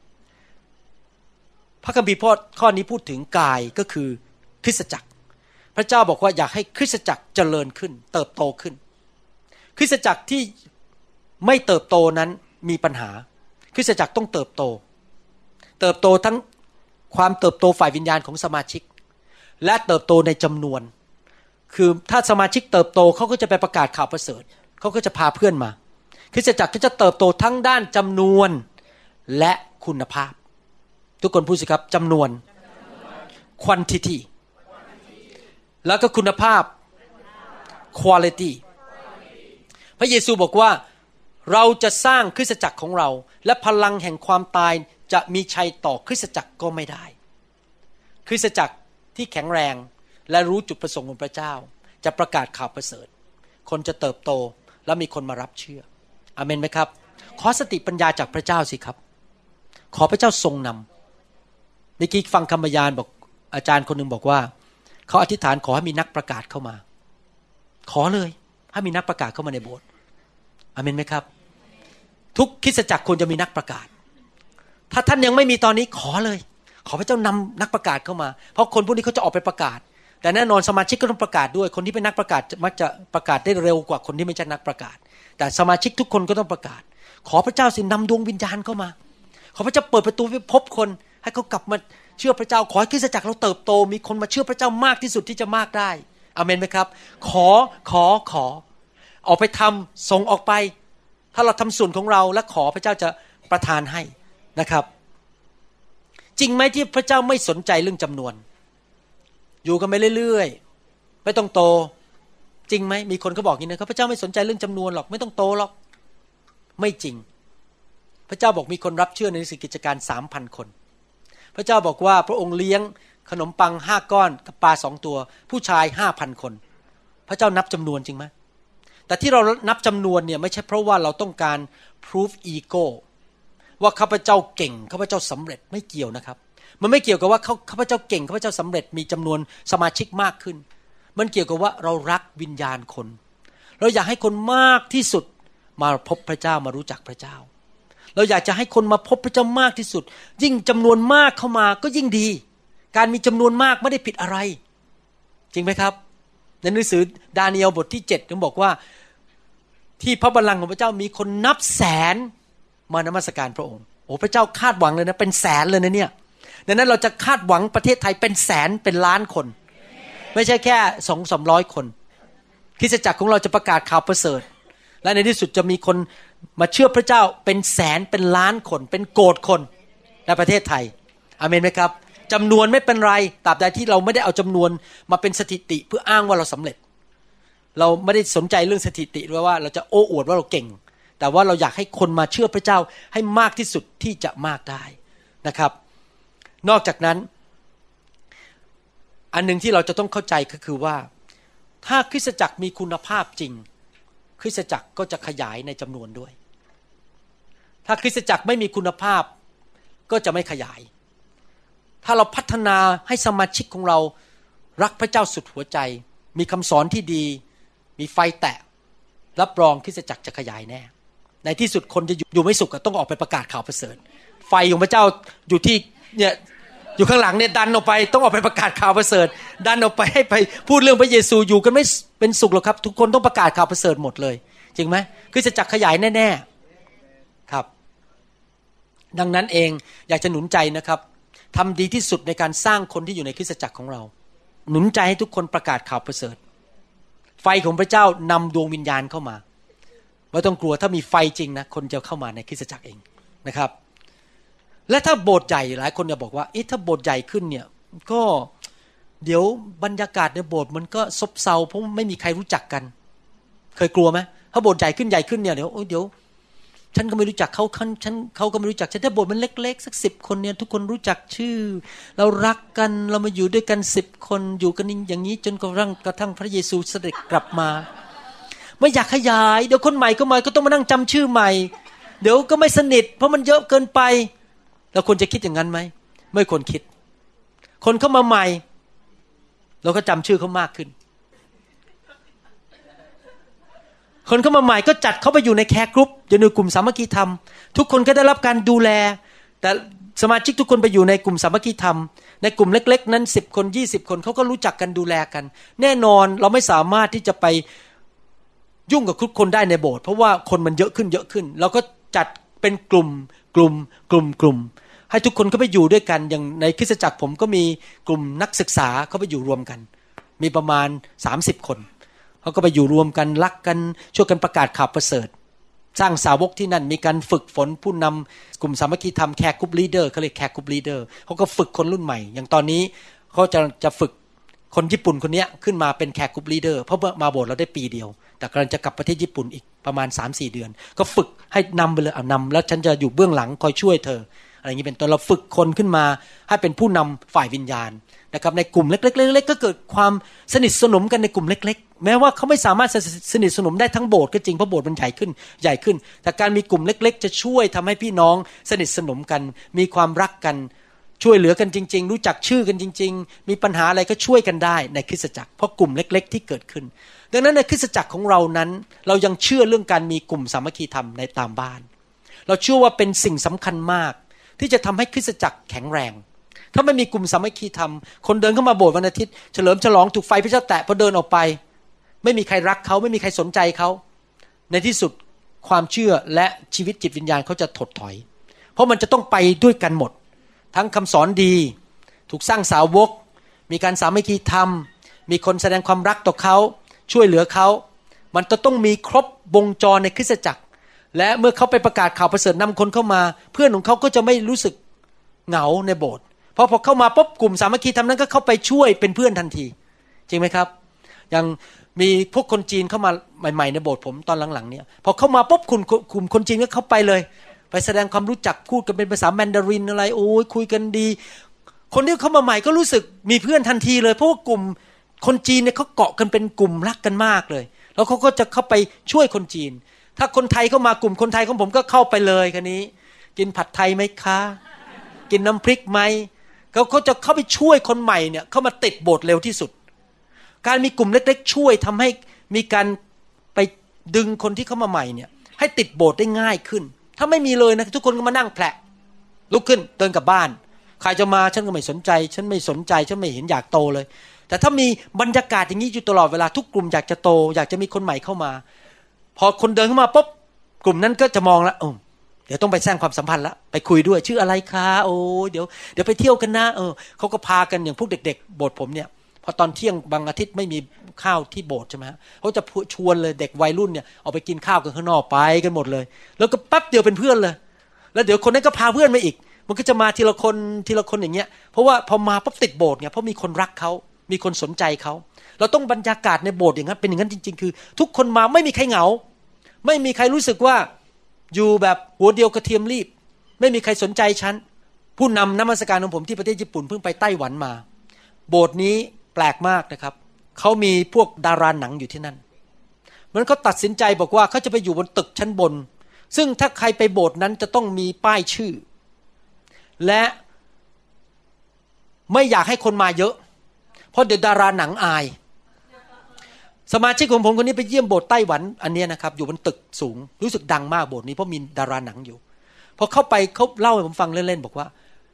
พระคัมภีร์ข้อนี้พูดถึงกายก็คือคริสตจักรพระเจ้าบอกว่าอยากให้คริสตจักรเจริญขึ้นเติบโตขึ้นคริสตจักรที่ไม่เติบโตนั้นมีปัญหาคริสตจักรต้องเติบโตทั้งความเติบโตฝ่ายวิญญาณของสมาชิกและเติบโตในจำนวนคือถ้าสมาชิกเติบโตเขาก็จะไปประกาศข่าวประเสริฐเขาก็จะพาเพื่อนมาคริสตจักรก็จะเติบโตทั้งด้านจำนวนและคุณภาพทุกคนพูดสิครับจำนวน quantity แล้วก็คุณภาพ quality พระเยซูบอกว่าเราจะสร้างคริสตจักรของเราและพลังแห่งความตายจะมีชัยต่อคริสตจักรก็ไม่ได้คริสตจักรที่แข็งแรงและรู้จุดประสงค์ของพระเจ้าจะประกาศข่าวประเสริฐคนจะเติบโตและมีคนมารับเชื่ออาเมนไหมครับขอสติปัญญาจากพระเจ้าสิครับขอพระเจ้าทรงนำเมื่อกี้ฟังคำบรรยายบอกอาจารย์คนหนึ่งบอกว่าเขาอธิษฐานขอให้มีนักประกาศเข้ามาขอเลยให้มีนักประกาศเข้ามาในโบสถ์อาเมนไหมครับทุกคริสตจักรควรจะมีนักประกาศถ้าท่านยังไม่มีตอนนี้ขอเลยขอพระเจ้านำนักประกาศเข้ามาเพราะคนพวกนี้เขาจะออกไปประกาศแต่แน่นอนสมาชิกก็ต้องประกาศด้วยคนที่เป็นนักประกาศมักจะประกาศได้เร็วกว่าคนที่ไม่ใช่นักประกาศแต่สมาชิกทุกคนก็ต้องประกาศขอพระเจ้าสินำดวงวิญญาณเข้ามาขอพระเจ้าเปิดประตูให้พบคนให้เขากลับมาเชื่อพระเจ้าขอให้คริสตจักรเราเติบโตมีคนมาเชื่อพระเจ้ามากที่สุดที่จะมากได้อาเมนไหมครับขอออกไปทำส่งออกไปถ้าเราทำส่วนของเราและขอพระเจ้าจะประทานให้นะครับจริงไหมที่พระเจ้าไม่สนใจเรื่องจำนวนอยู่กันไปเรื่อยๆไม่ต้องโตจริงไหมมีคนเขาบอกอย่างนี้นะครับพระเจ้าไม่สนใจเรื่องจำนวนหรอกไม่ต้องโตหรอกไม่จริงพระเจ้าบอกมีคนรับเชื่อในหนังสือกิจการ 3,000 คนพระเจ้าบอกว่าพระองค์เลี้ยงขนมปัง5 ก้อนกับปลา2 ตัวผู้ชาย 5,000 คนพระเจ้านับจำนวนจริงไหมแต่ที่เรานับจำนวนเนี่ยไม่ใช่เพราะว่าเราต้องการ proof ego ว่าข้าพเจ้าเก่งข้าพเจ้าสำเร็จไม่เกี่ยวนะครับมันไม่เกี่ยวกับว่าข้าพเจ้าเก่งข้าพเจ้าสำเร็จมีจำนวนสมาชิกมากขึ้นมันเกี่ยวกับว่าเรารักวิญญาณคนเราอยากให้คนมากที่สุดมาพบพระเจ้ามารู้จักพระเจ้าเราอยากจะให้คนมาพบพระเจ้ามากที่สุดยิ่งจำนวนมากเข้ามาก็ยิ่งดีการมีจำนวนมากไม่ได้ผิดอะไรจริงไหมครับในหนังสือดาเนียลบทที่7ถึงบอกว่าที่พระบัลลังก์ของพระเจ้ามีคนนับแสนมานมัสการพระองค์โอ้พระเจ้าคาดหวังเลยนะเป็นแสนเลยนะเนี่ยดังนั้นเราจะคาดหวังประเทศไทยเป็นแสนเป็นล้านคนไม่ใช่แค่ 200-300 คนคริสตจักรของเราจะประกาศข่าวประเสริฐและในที่สุดจะมีคนมาเชื่อพระเจ้าเป็นแสนเป็นล้านคนเป็นโกฏคนในประเทศไทยอาเมนไหมครับจำนวนไม่เป็นไรตราบใดที่เราไม่ได้เอาจำนวนมาเป็นสถิติเพื่ออ้างว่าเราสำเร็จเราไม่ได้สนใจเรื่องสถิติว่าเราจะโอ้อวดว่าเราเก่งแต่ว่าเราอยากให้คนมาเชื่อพระเจ้าให้มากที่สุดที่จะมากได้นะครับนอกจากนั้นอันนึงที่เราจะต้องเข้าใจก็คือว่าถ้าคริสตจักรมีคุณภาพจริงคริสตจักรก็จะขยายในจำนวนด้วยถ้าคริสตจักรไม่มีคุณภาพก็จะไม่ขยายถ้าเราพัฒนาให้สมาชิกของเรารักพระเจ้าสุดหัวใจมีคำสอนที่ดีมีไฟแตะรับรองคริสตจักรจะขยายแน่ในที่สุดคนจะอยู่ไม่สุขก็ต้องออกไปประกาศข่าวประเสริฐไฟของพระเจ้าอยู่ที่เนี่ยอยู่ข้างหลังเนี่ยดันออกไปต้องออกไปประกาศข่าวประเสริฐดันออกไปให้ไปพูดเรื่องพระเยซูอยู่กันไม่เป็นสุขหรอกครับทุกคนต้องประกาศข่าวประเสริฐหมดเลยจริงไหมคริสตจักรขยายแน่ๆครับดังนั้นเองอยากจะหนุนใจนะครับทำดีที่สุดในการสร้างคนที่อยู่ในคริสตจักรของเราหนุนใจให้ทุกคนประกาศข่าวประเสริฐไฟของพระเจ้านำดวงวิญญาณเข้ามาไม่ต้องกลัวถ้ามีไฟจริงนะคนจะเข้ามาในคริสตจักรเองนะครับและถ้าโบสถ์ใหญ่หลายคนจะบอกว่าถ้าโบสถ์ใหญ่ขึ้นเนี่ยก็เดี๋ยวบรรยากาศในโบสถ์มันก็ซบเซาเพราะไม่มีใครรู้จักกันเคยกลัวไหมถ้าโบสถ์ใหญ่ขึ้นเนี่ยเดี๋ยวฉันก็ไม่รู้จักเขาก็ไม่รู้จักฉันถ้าโบสถ์มันเล็กๆสัก10 คนเนี่ยทุกคนรู้จักชื่อเรารักกันเรามาอยู่ด้วยกัน10 คนอยู่กันอย่างนี้จนกระทั่งพระเยซูเสด็จกลับมาไม่อยากขยายเดี๋ยวคนใหม่ก็มาก็ต้องมานั่งจำชื่อใหม่เดี๋ยวก็ไม่สนิทเพราะมันเยอะเกินไปเราควรจะคิดอย่างนั้นไหมไม่ควรคิดคนเข้ามาใหม่เราก็จำชื่อเขามากขึ้นคนเข้ามาใหม่ก็จัดเขาไปอยู่ในแคร์กรุ๊ปอยู่ในกลุ่มสามัคคีธรรมทุกคนก็ได้รับการดูแลแต่สมาชิกทุกคนไปอยู่ในกลุ่มสามัคคีธรรมในกลุ่มเล็กๆนั้น10 คน20 คนเขาก็รู้จักกันดูแลกันแน่นอนเราไม่สามารถที่จะไปยุ่งกับทุกคนได้ในโบสถ์เพราะว่าคนมันเยอะขึ้นเราก็จัดเป็นกลุ่มให้ทุกคนเข้าไปอยู่ด้วยกันอย่างในคริสตจักรผมก็มีกลุ่มนักศึกษาเข้าไปอยู่รวมกันมีประมาณ30 คนเขาก็ไปอยู่รวมกันรักกันช่วยกันประกาศข่าวประเสริฐสร้างสาวกที่นั่นมีการฝึกฝนผู้นำกลุ่มสามัคคีธรรมแคร์กรุ๊ปลีดเดอร์เขาเรียกแคร์กรุ๊ปลีดเดอร์เขาก็ฝึกคนรุ่นใหม่อย่างตอนนี้เขาจะฝึกคนญี่ปุ่นคนนี้ขึ้นมาเป็นแคร์กรุ๊ปลีดเดอร์เพราะมาโบสถ์เราได้ปีเดียวแต่กำลังจะกลับประเทศญี่ปุ่นอีกประมาณ 3-4 เดือนก็ฝึกให้นำไปเลยนำแล้วฉันจะอยู่เบื้องหลังคอยช่วยเธออะไรอย่างนี้เป็นต้นเราฝึกคนขึ้นมาให้เป็นผู้นำฝ่ายวิญญาณนะครับในกลุ่มเล็กๆก็เกิดความสนิทสนมกันในกลุ่มเล็กๆแม้ว่าเขาไม่สามารถสนิทสนมได้ทั้งโบสถ์ก็จริงเพราะโบสถ์มันใหญ่ขึ้นแต่การมีกลุ่มเล็กๆจะช่วยทำให้พี่น้องสนิทสนมกันมีความรักกันช่วยเหลือกันจริงๆรู้จักชื่อกันจริงๆมีปัญหาอะไรก็ช่วยกันได้ในคริสตจักรเพราะกลุ่มเล็กๆที่เกิดขึ้นดังนั้นในคริสตจักรของเรานั้นเรายังเชื่อเรื่องการมีกลุ่มสามัคคีธรรมในตามบ้านเราเชื่อว่าเป็นสิ่งสำคัญมากที่จะทำให้คริสตจักรแข็งแรงถ้าไม่มีกลุ่มสามัคคีธรรมคนเดินเข้ามาโบสถ์วันอาทิตย์เฉลิมฉลองถูกไฟพระเจ้าแตะพอเดินออกไปไม่มีใครรักเขาไม่มีใครสนใจเขาในที่สุดความเชื่อและชีวิตจิตวิญญาณเขาจะถดถอยเพราะมันจะต้องไปด้วยกันหมดทั้งคำสอนดีถูกสร้างสาวกมีการสามัคคีธรรมมีคนแสดงความรักต่อเขาช่วยเหลือเขามันจะต้องมีครบวงจรในคริสตจักรและเมื่อเขาไปประกาศข่าวประเสริฐนำคนเข้ามาเพื่อนของเขาก็จะไม่รู้สึกเหงาในโบสถ์เพราะพอเข้ามาปุ๊บกลุ่มสามัคคีธรรมนั้นก็เข้าไปช่วยเป็นเพื่อนทันทีจริงไหมครับอย่างมีพวกคนจีนเข้ามาใหม่ๆในโบสถ์ผมตอนหลังๆเนี่ยพอเข้ามาปุ๊บกลุ่มคนจีนก็เข้าไปเลยไปแสดงความรู้จักพูดกันเป็นภาษาแมนดารินอะไรโอ้ยคุยกันดีคนที่เข้ามาใหม่ก็รู้สึกมีเพื่อนทันทีเลยเพราะว่ากลุ่มคนจีนเนี่ยเขาเกาะกันเป็นกลุ่มรักกันมากเลยแล้วเขาก็จะเข้าไปช่วยคนจีนถ้าคนไทยเข้ามากลุ่มคนไทยของผมก็เข้าไปเลยคันนี้กินผัดไทยไหมคะกินน้ำพริกไหมเขาจะเข้าไปช่วยคนใหม่เนี่ยเข้ามาติดโบสถ์เร็วที่สุดการมีกลุ่มเล็กๆช่วยทำให้มีการไปดึงคนที่เข้ามาใหม่เนี่ยให้ติดโบสถ์ได้ง่ายขึ้นถ้าไม่มีเลยนะทุกคนก็มานั่งแผลลุกขึ้นเดินกลับบ้านใครจะมาฉันก็ไม่สนใจฉันไม่สนใจฉันไม่เห็นอยากโตเลยแต่ถ้ามีบรรยากาศอย่างนี้อยู่ตลอดเวลาทุกกลุ่มอยากจะโตอยากจะมีคนใหม่เข้ามาพอคนเดินเข้ามาปุ๊บกลุ่มนั้นก็จะมองแล้วเดี๋ยวต้องไปสร้างความสัมพันธ์ละไปคุยด้วยชื่ออะไรคะโอ้เดี๋ยวไปเที่ยวกันนะเขาก็พากันอย่างพวกเด็กๆโบสถ์ผมเนี่ยพอตอนเที่ยงบางอาทิตย์ไม่มีข้าวที่โบสถ์ใช่ไหมเขาจะชวนเลยเด็กวัยรุ่นเนี่ยออกไปกินข้าวกันข้างนอกไปกันหมดเลยแล้วก็แป๊บเดียวเป็นเพื่อนเลยแล้วเดี๋ยวคนนั้นก็พาเพื่อนมาอีกมันก็จะมาทีละคนอย่างเงี้ยเพราะว่าพอมาปั๊บติดโบสถ์เนี่ยเพราะมีคนรักเขามีคนสนใจเขาเราต้องบรรยากาศในโบสถ์อย่างนั้นเป็นอย่างนั้นจริงๆคือทุกคนมาไม่มีใครเหงาไม่มีใครรู้สึกว่าอยู่แบบหัวเดียวกระเทียมรีบไม่มีใครสนใจฉันผู้นำนมัสการของผมที่ประเทศญี่ปุ่นเพิ่งไปไต้หวันมาโบสถ์นี้แปลกมากนะครับเขามีพวกดาราหนังอยู่ที่นั่นมันเขาตัดสินใจบอกว่าเขาจะไปอยู่บนตึกชั้นบนซึ่งถ้าใครไปโบสถ์นั้นจะต้องมีป้ายชื่อและไม่อยากให้คนมาเยอะเพราะเดี๋ยวดาราหนังอายสมาชิกของผมคนนี้ไปเยี่ยมโบสถ์ไต้หวันอันนี้นะครับอยู่บนตึกสูงรู้สึกดังมากโบสถ์นี้เพราะมีดาราหนังอยู่พอเข้าไปเขาเล่าให้ผมฟังเล่นๆบอกว่า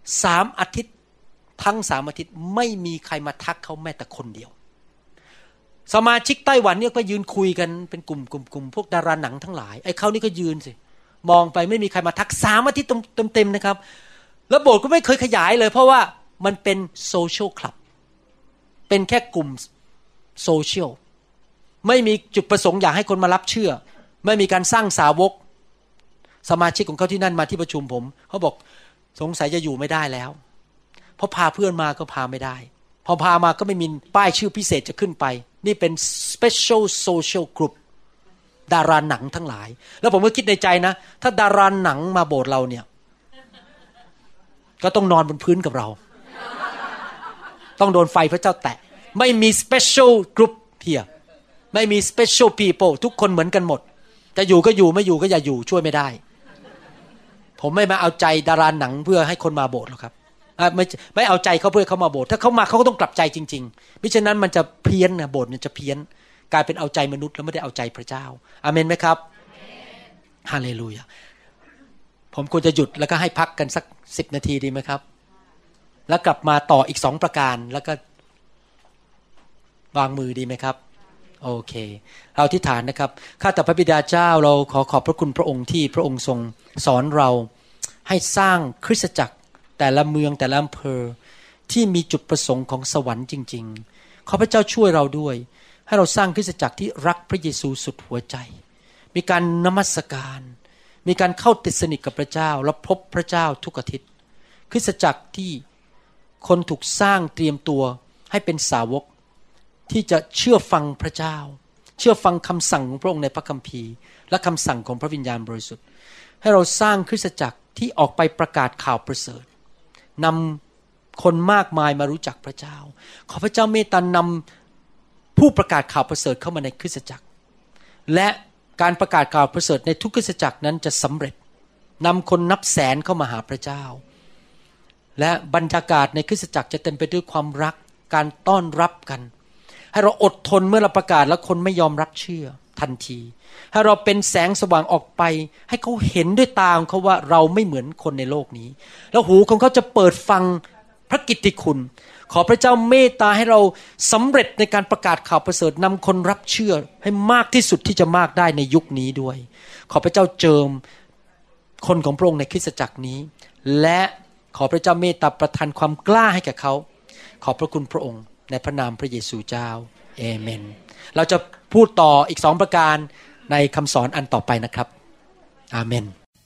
3 อาทิตย์ทั้ง3 อาทิตย์ไม่มีใครมาทักเขาแม้แต่คนเดียวสมาชิกไต้หวันเนี่ยก็ยืนคุยกันเป็นกลุ่มพวกดาราหนังทั้งหลายไอ้เขานี่ก็ยืนสิมองไปไม่มีใครมาทัก3 อาทิตย์เต็มๆนะครับแล้วโบสถ์ก็ไม่เคยขยายเลยเพราะว่ามันเป็นโซเชียลคลับเป็นแค่กลุ่มโซเชียลไม่มีจุดประสงค์อยากให้คนมารับเชื่อไม่มีการสร้างสาวกสมาชิกของเขาที่นั่นมาที่ประชุมผมเขาบอกสงสัยจะอยู่ไม่ได้แล้วเพราะพาเพื่อนมาก็พาไม่ได้พอพามาก็ไม่มีป้ายชื่อพิเศษจะขึ้นไปนี่เป็น special social group ดาราหนังทั้งหลายแล้วผมก็คิดในใจนะถ้าดาราหนังมาโบสถ์เราเนี่ยก็ต้องนอนบนพื้นกับเราต้องโดนไฟพระเจ้าแตะไม่มี special group เพียไม่มี special people ทุกคนเหมือนกันหมดจะอยู่ก็อยู่ไม่อยู่ก็อย่าอยู่ช่วยไม่ได้ผมไม่มาเอาใจดาราหนังเพื่อให้คนมาโบสถ์หรอกครับไม่เอาใจเขาเพื่อเขามาโบสถ์ถ้าเขามาเขาก็ต้องกลับใจจริงๆมิฉะนั้นมันจะเพี้ยนนะโบสถ์มันจะเพี้ยนกลายเป็นเอาใจมนุษย์แล้วไม่ได้เอาใจพระเจ้าอาเมนไหมครับฮาเลลูยาผมควรจะหยุดแล้วก็ให้พักกันสัก10 นาทีดีไหมครับแล้วกลับมาต่ออีก2 ประการแล้วก็วางมือดีไหมครับโอเคเราอธิษฐานนะครับข้าแต่พระบิดาเจ้าเราขอบพระคุณพระองค์ที่พระองค์ทรงสอนเราให้สร้างคริสตจักรแต่ละเมืองแต่ละอำเภอที่มีจุดประสงค์ของสวรรค์จริงๆขอพระเจ้าช่วยเราด้วยให้เราสร้างคริสตจักรที่รักพระเยซูสุดหัวใจมีการนมัสการมีการเข้าติดสนิทกับพระเจ้าและพบพระเจ้าทุกอาทิตย์คริสตจักรที่คนถูกสร้างเตรียมตัวให้เป็นสาวกที่จะเชื่อฟังพระเจ้าเชื่อฟังคำสั่งของพระองค์ในพระคัมภีร์และคำสั่งของพระวิญญาณบริสุทธิ์ให้เราสร้างคริสตจักรที่ออกไปประกาศข่าวประเสริฐนำคนมากมายมารู้จักพระเจ้าขอพระเจ้าเมตตานำผู้ประกาศข่าวประเสริฐเข้ามาในคริสตจักรและการประกาศข่าวประเสริฐในทุกคริสตจักรนั้นจะสำเร็จนำคนนับแสนเข้ามาหาพระเจ้าและบรรยากาศในคริสตจักรจะเต็มไปด้วยความรักการต้อนรับกันให้เราอดทนเมื่อเราประกาศแล้วคนไม่ยอมรับเชื่อทันทีให้เราเป็นแสงสว่างออกไปให้เขาเห็นด้วยตาของเขาว่าเราไม่เหมือนคนในโลกนี้แล้วหูของเขาจะเปิดฟังพระกิตติคุณขอพระเจ้าเมตตาให้เราสำเร็จในการประกาศข่าวประเสริฐนำคนรับเชื่อให้มากที่สุดที่จะมากได้ในยุคนี้ด้วยขอพระเจ้าเจิมคนของพระองค์ในคริสตจักรนี้และขอพระเจ้าเมตตาประทานความกล้าให้แก่เขาขอบพระคุณพระองค์ในพระนามพระเยซูเจ้าเอเมนเราจะพูดต่ออีก2 ประการในคำสอนอันต่อไปนะครับอาเมน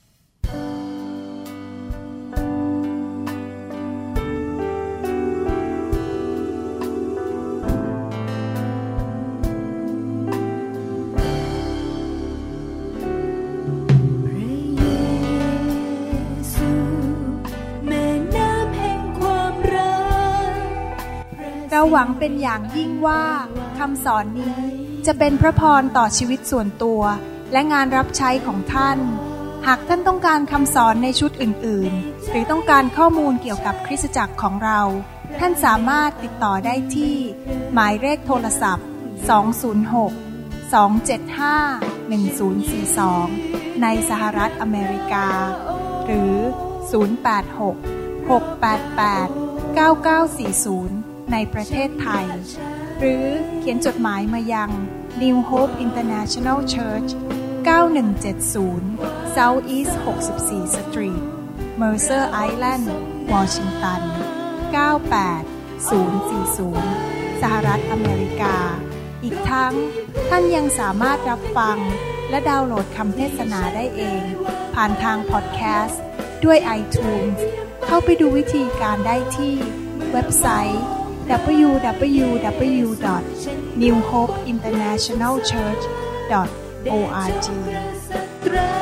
เราหวังเป็นอย่างยิ่งว่าคำสอนนี้จะเป็นพระพรต่อชีวิตส่วนตัวและงานรับใช้ของท่านหากท่านต้องการคำสอนในชุดอื่นๆหรือต้องการข้อมูลเกี่ยวกับคริสตจักรของเราท่านสามารถติดต่อได้ที่หมายเลขโทรศัพท์206 275-1042 ในสหรัฐอเมริกาหรือ086-688-9940 ในประเทศไทยหรือเขียนจดหมายมายัง New Hope International Church 9170 South East 64 Street Mercer Island Washington 98040 สหรัฐอเมริกาอีกทั้งท่านยังสามารถรับฟังและดาวน์โหลดคำเทศนาได้เองผ่านทางพอดแคสต์ด้วย iTunes เข้าไปดูวิธีการได้ที่เว็บไซต์ www.newhopeinternationalchurch.org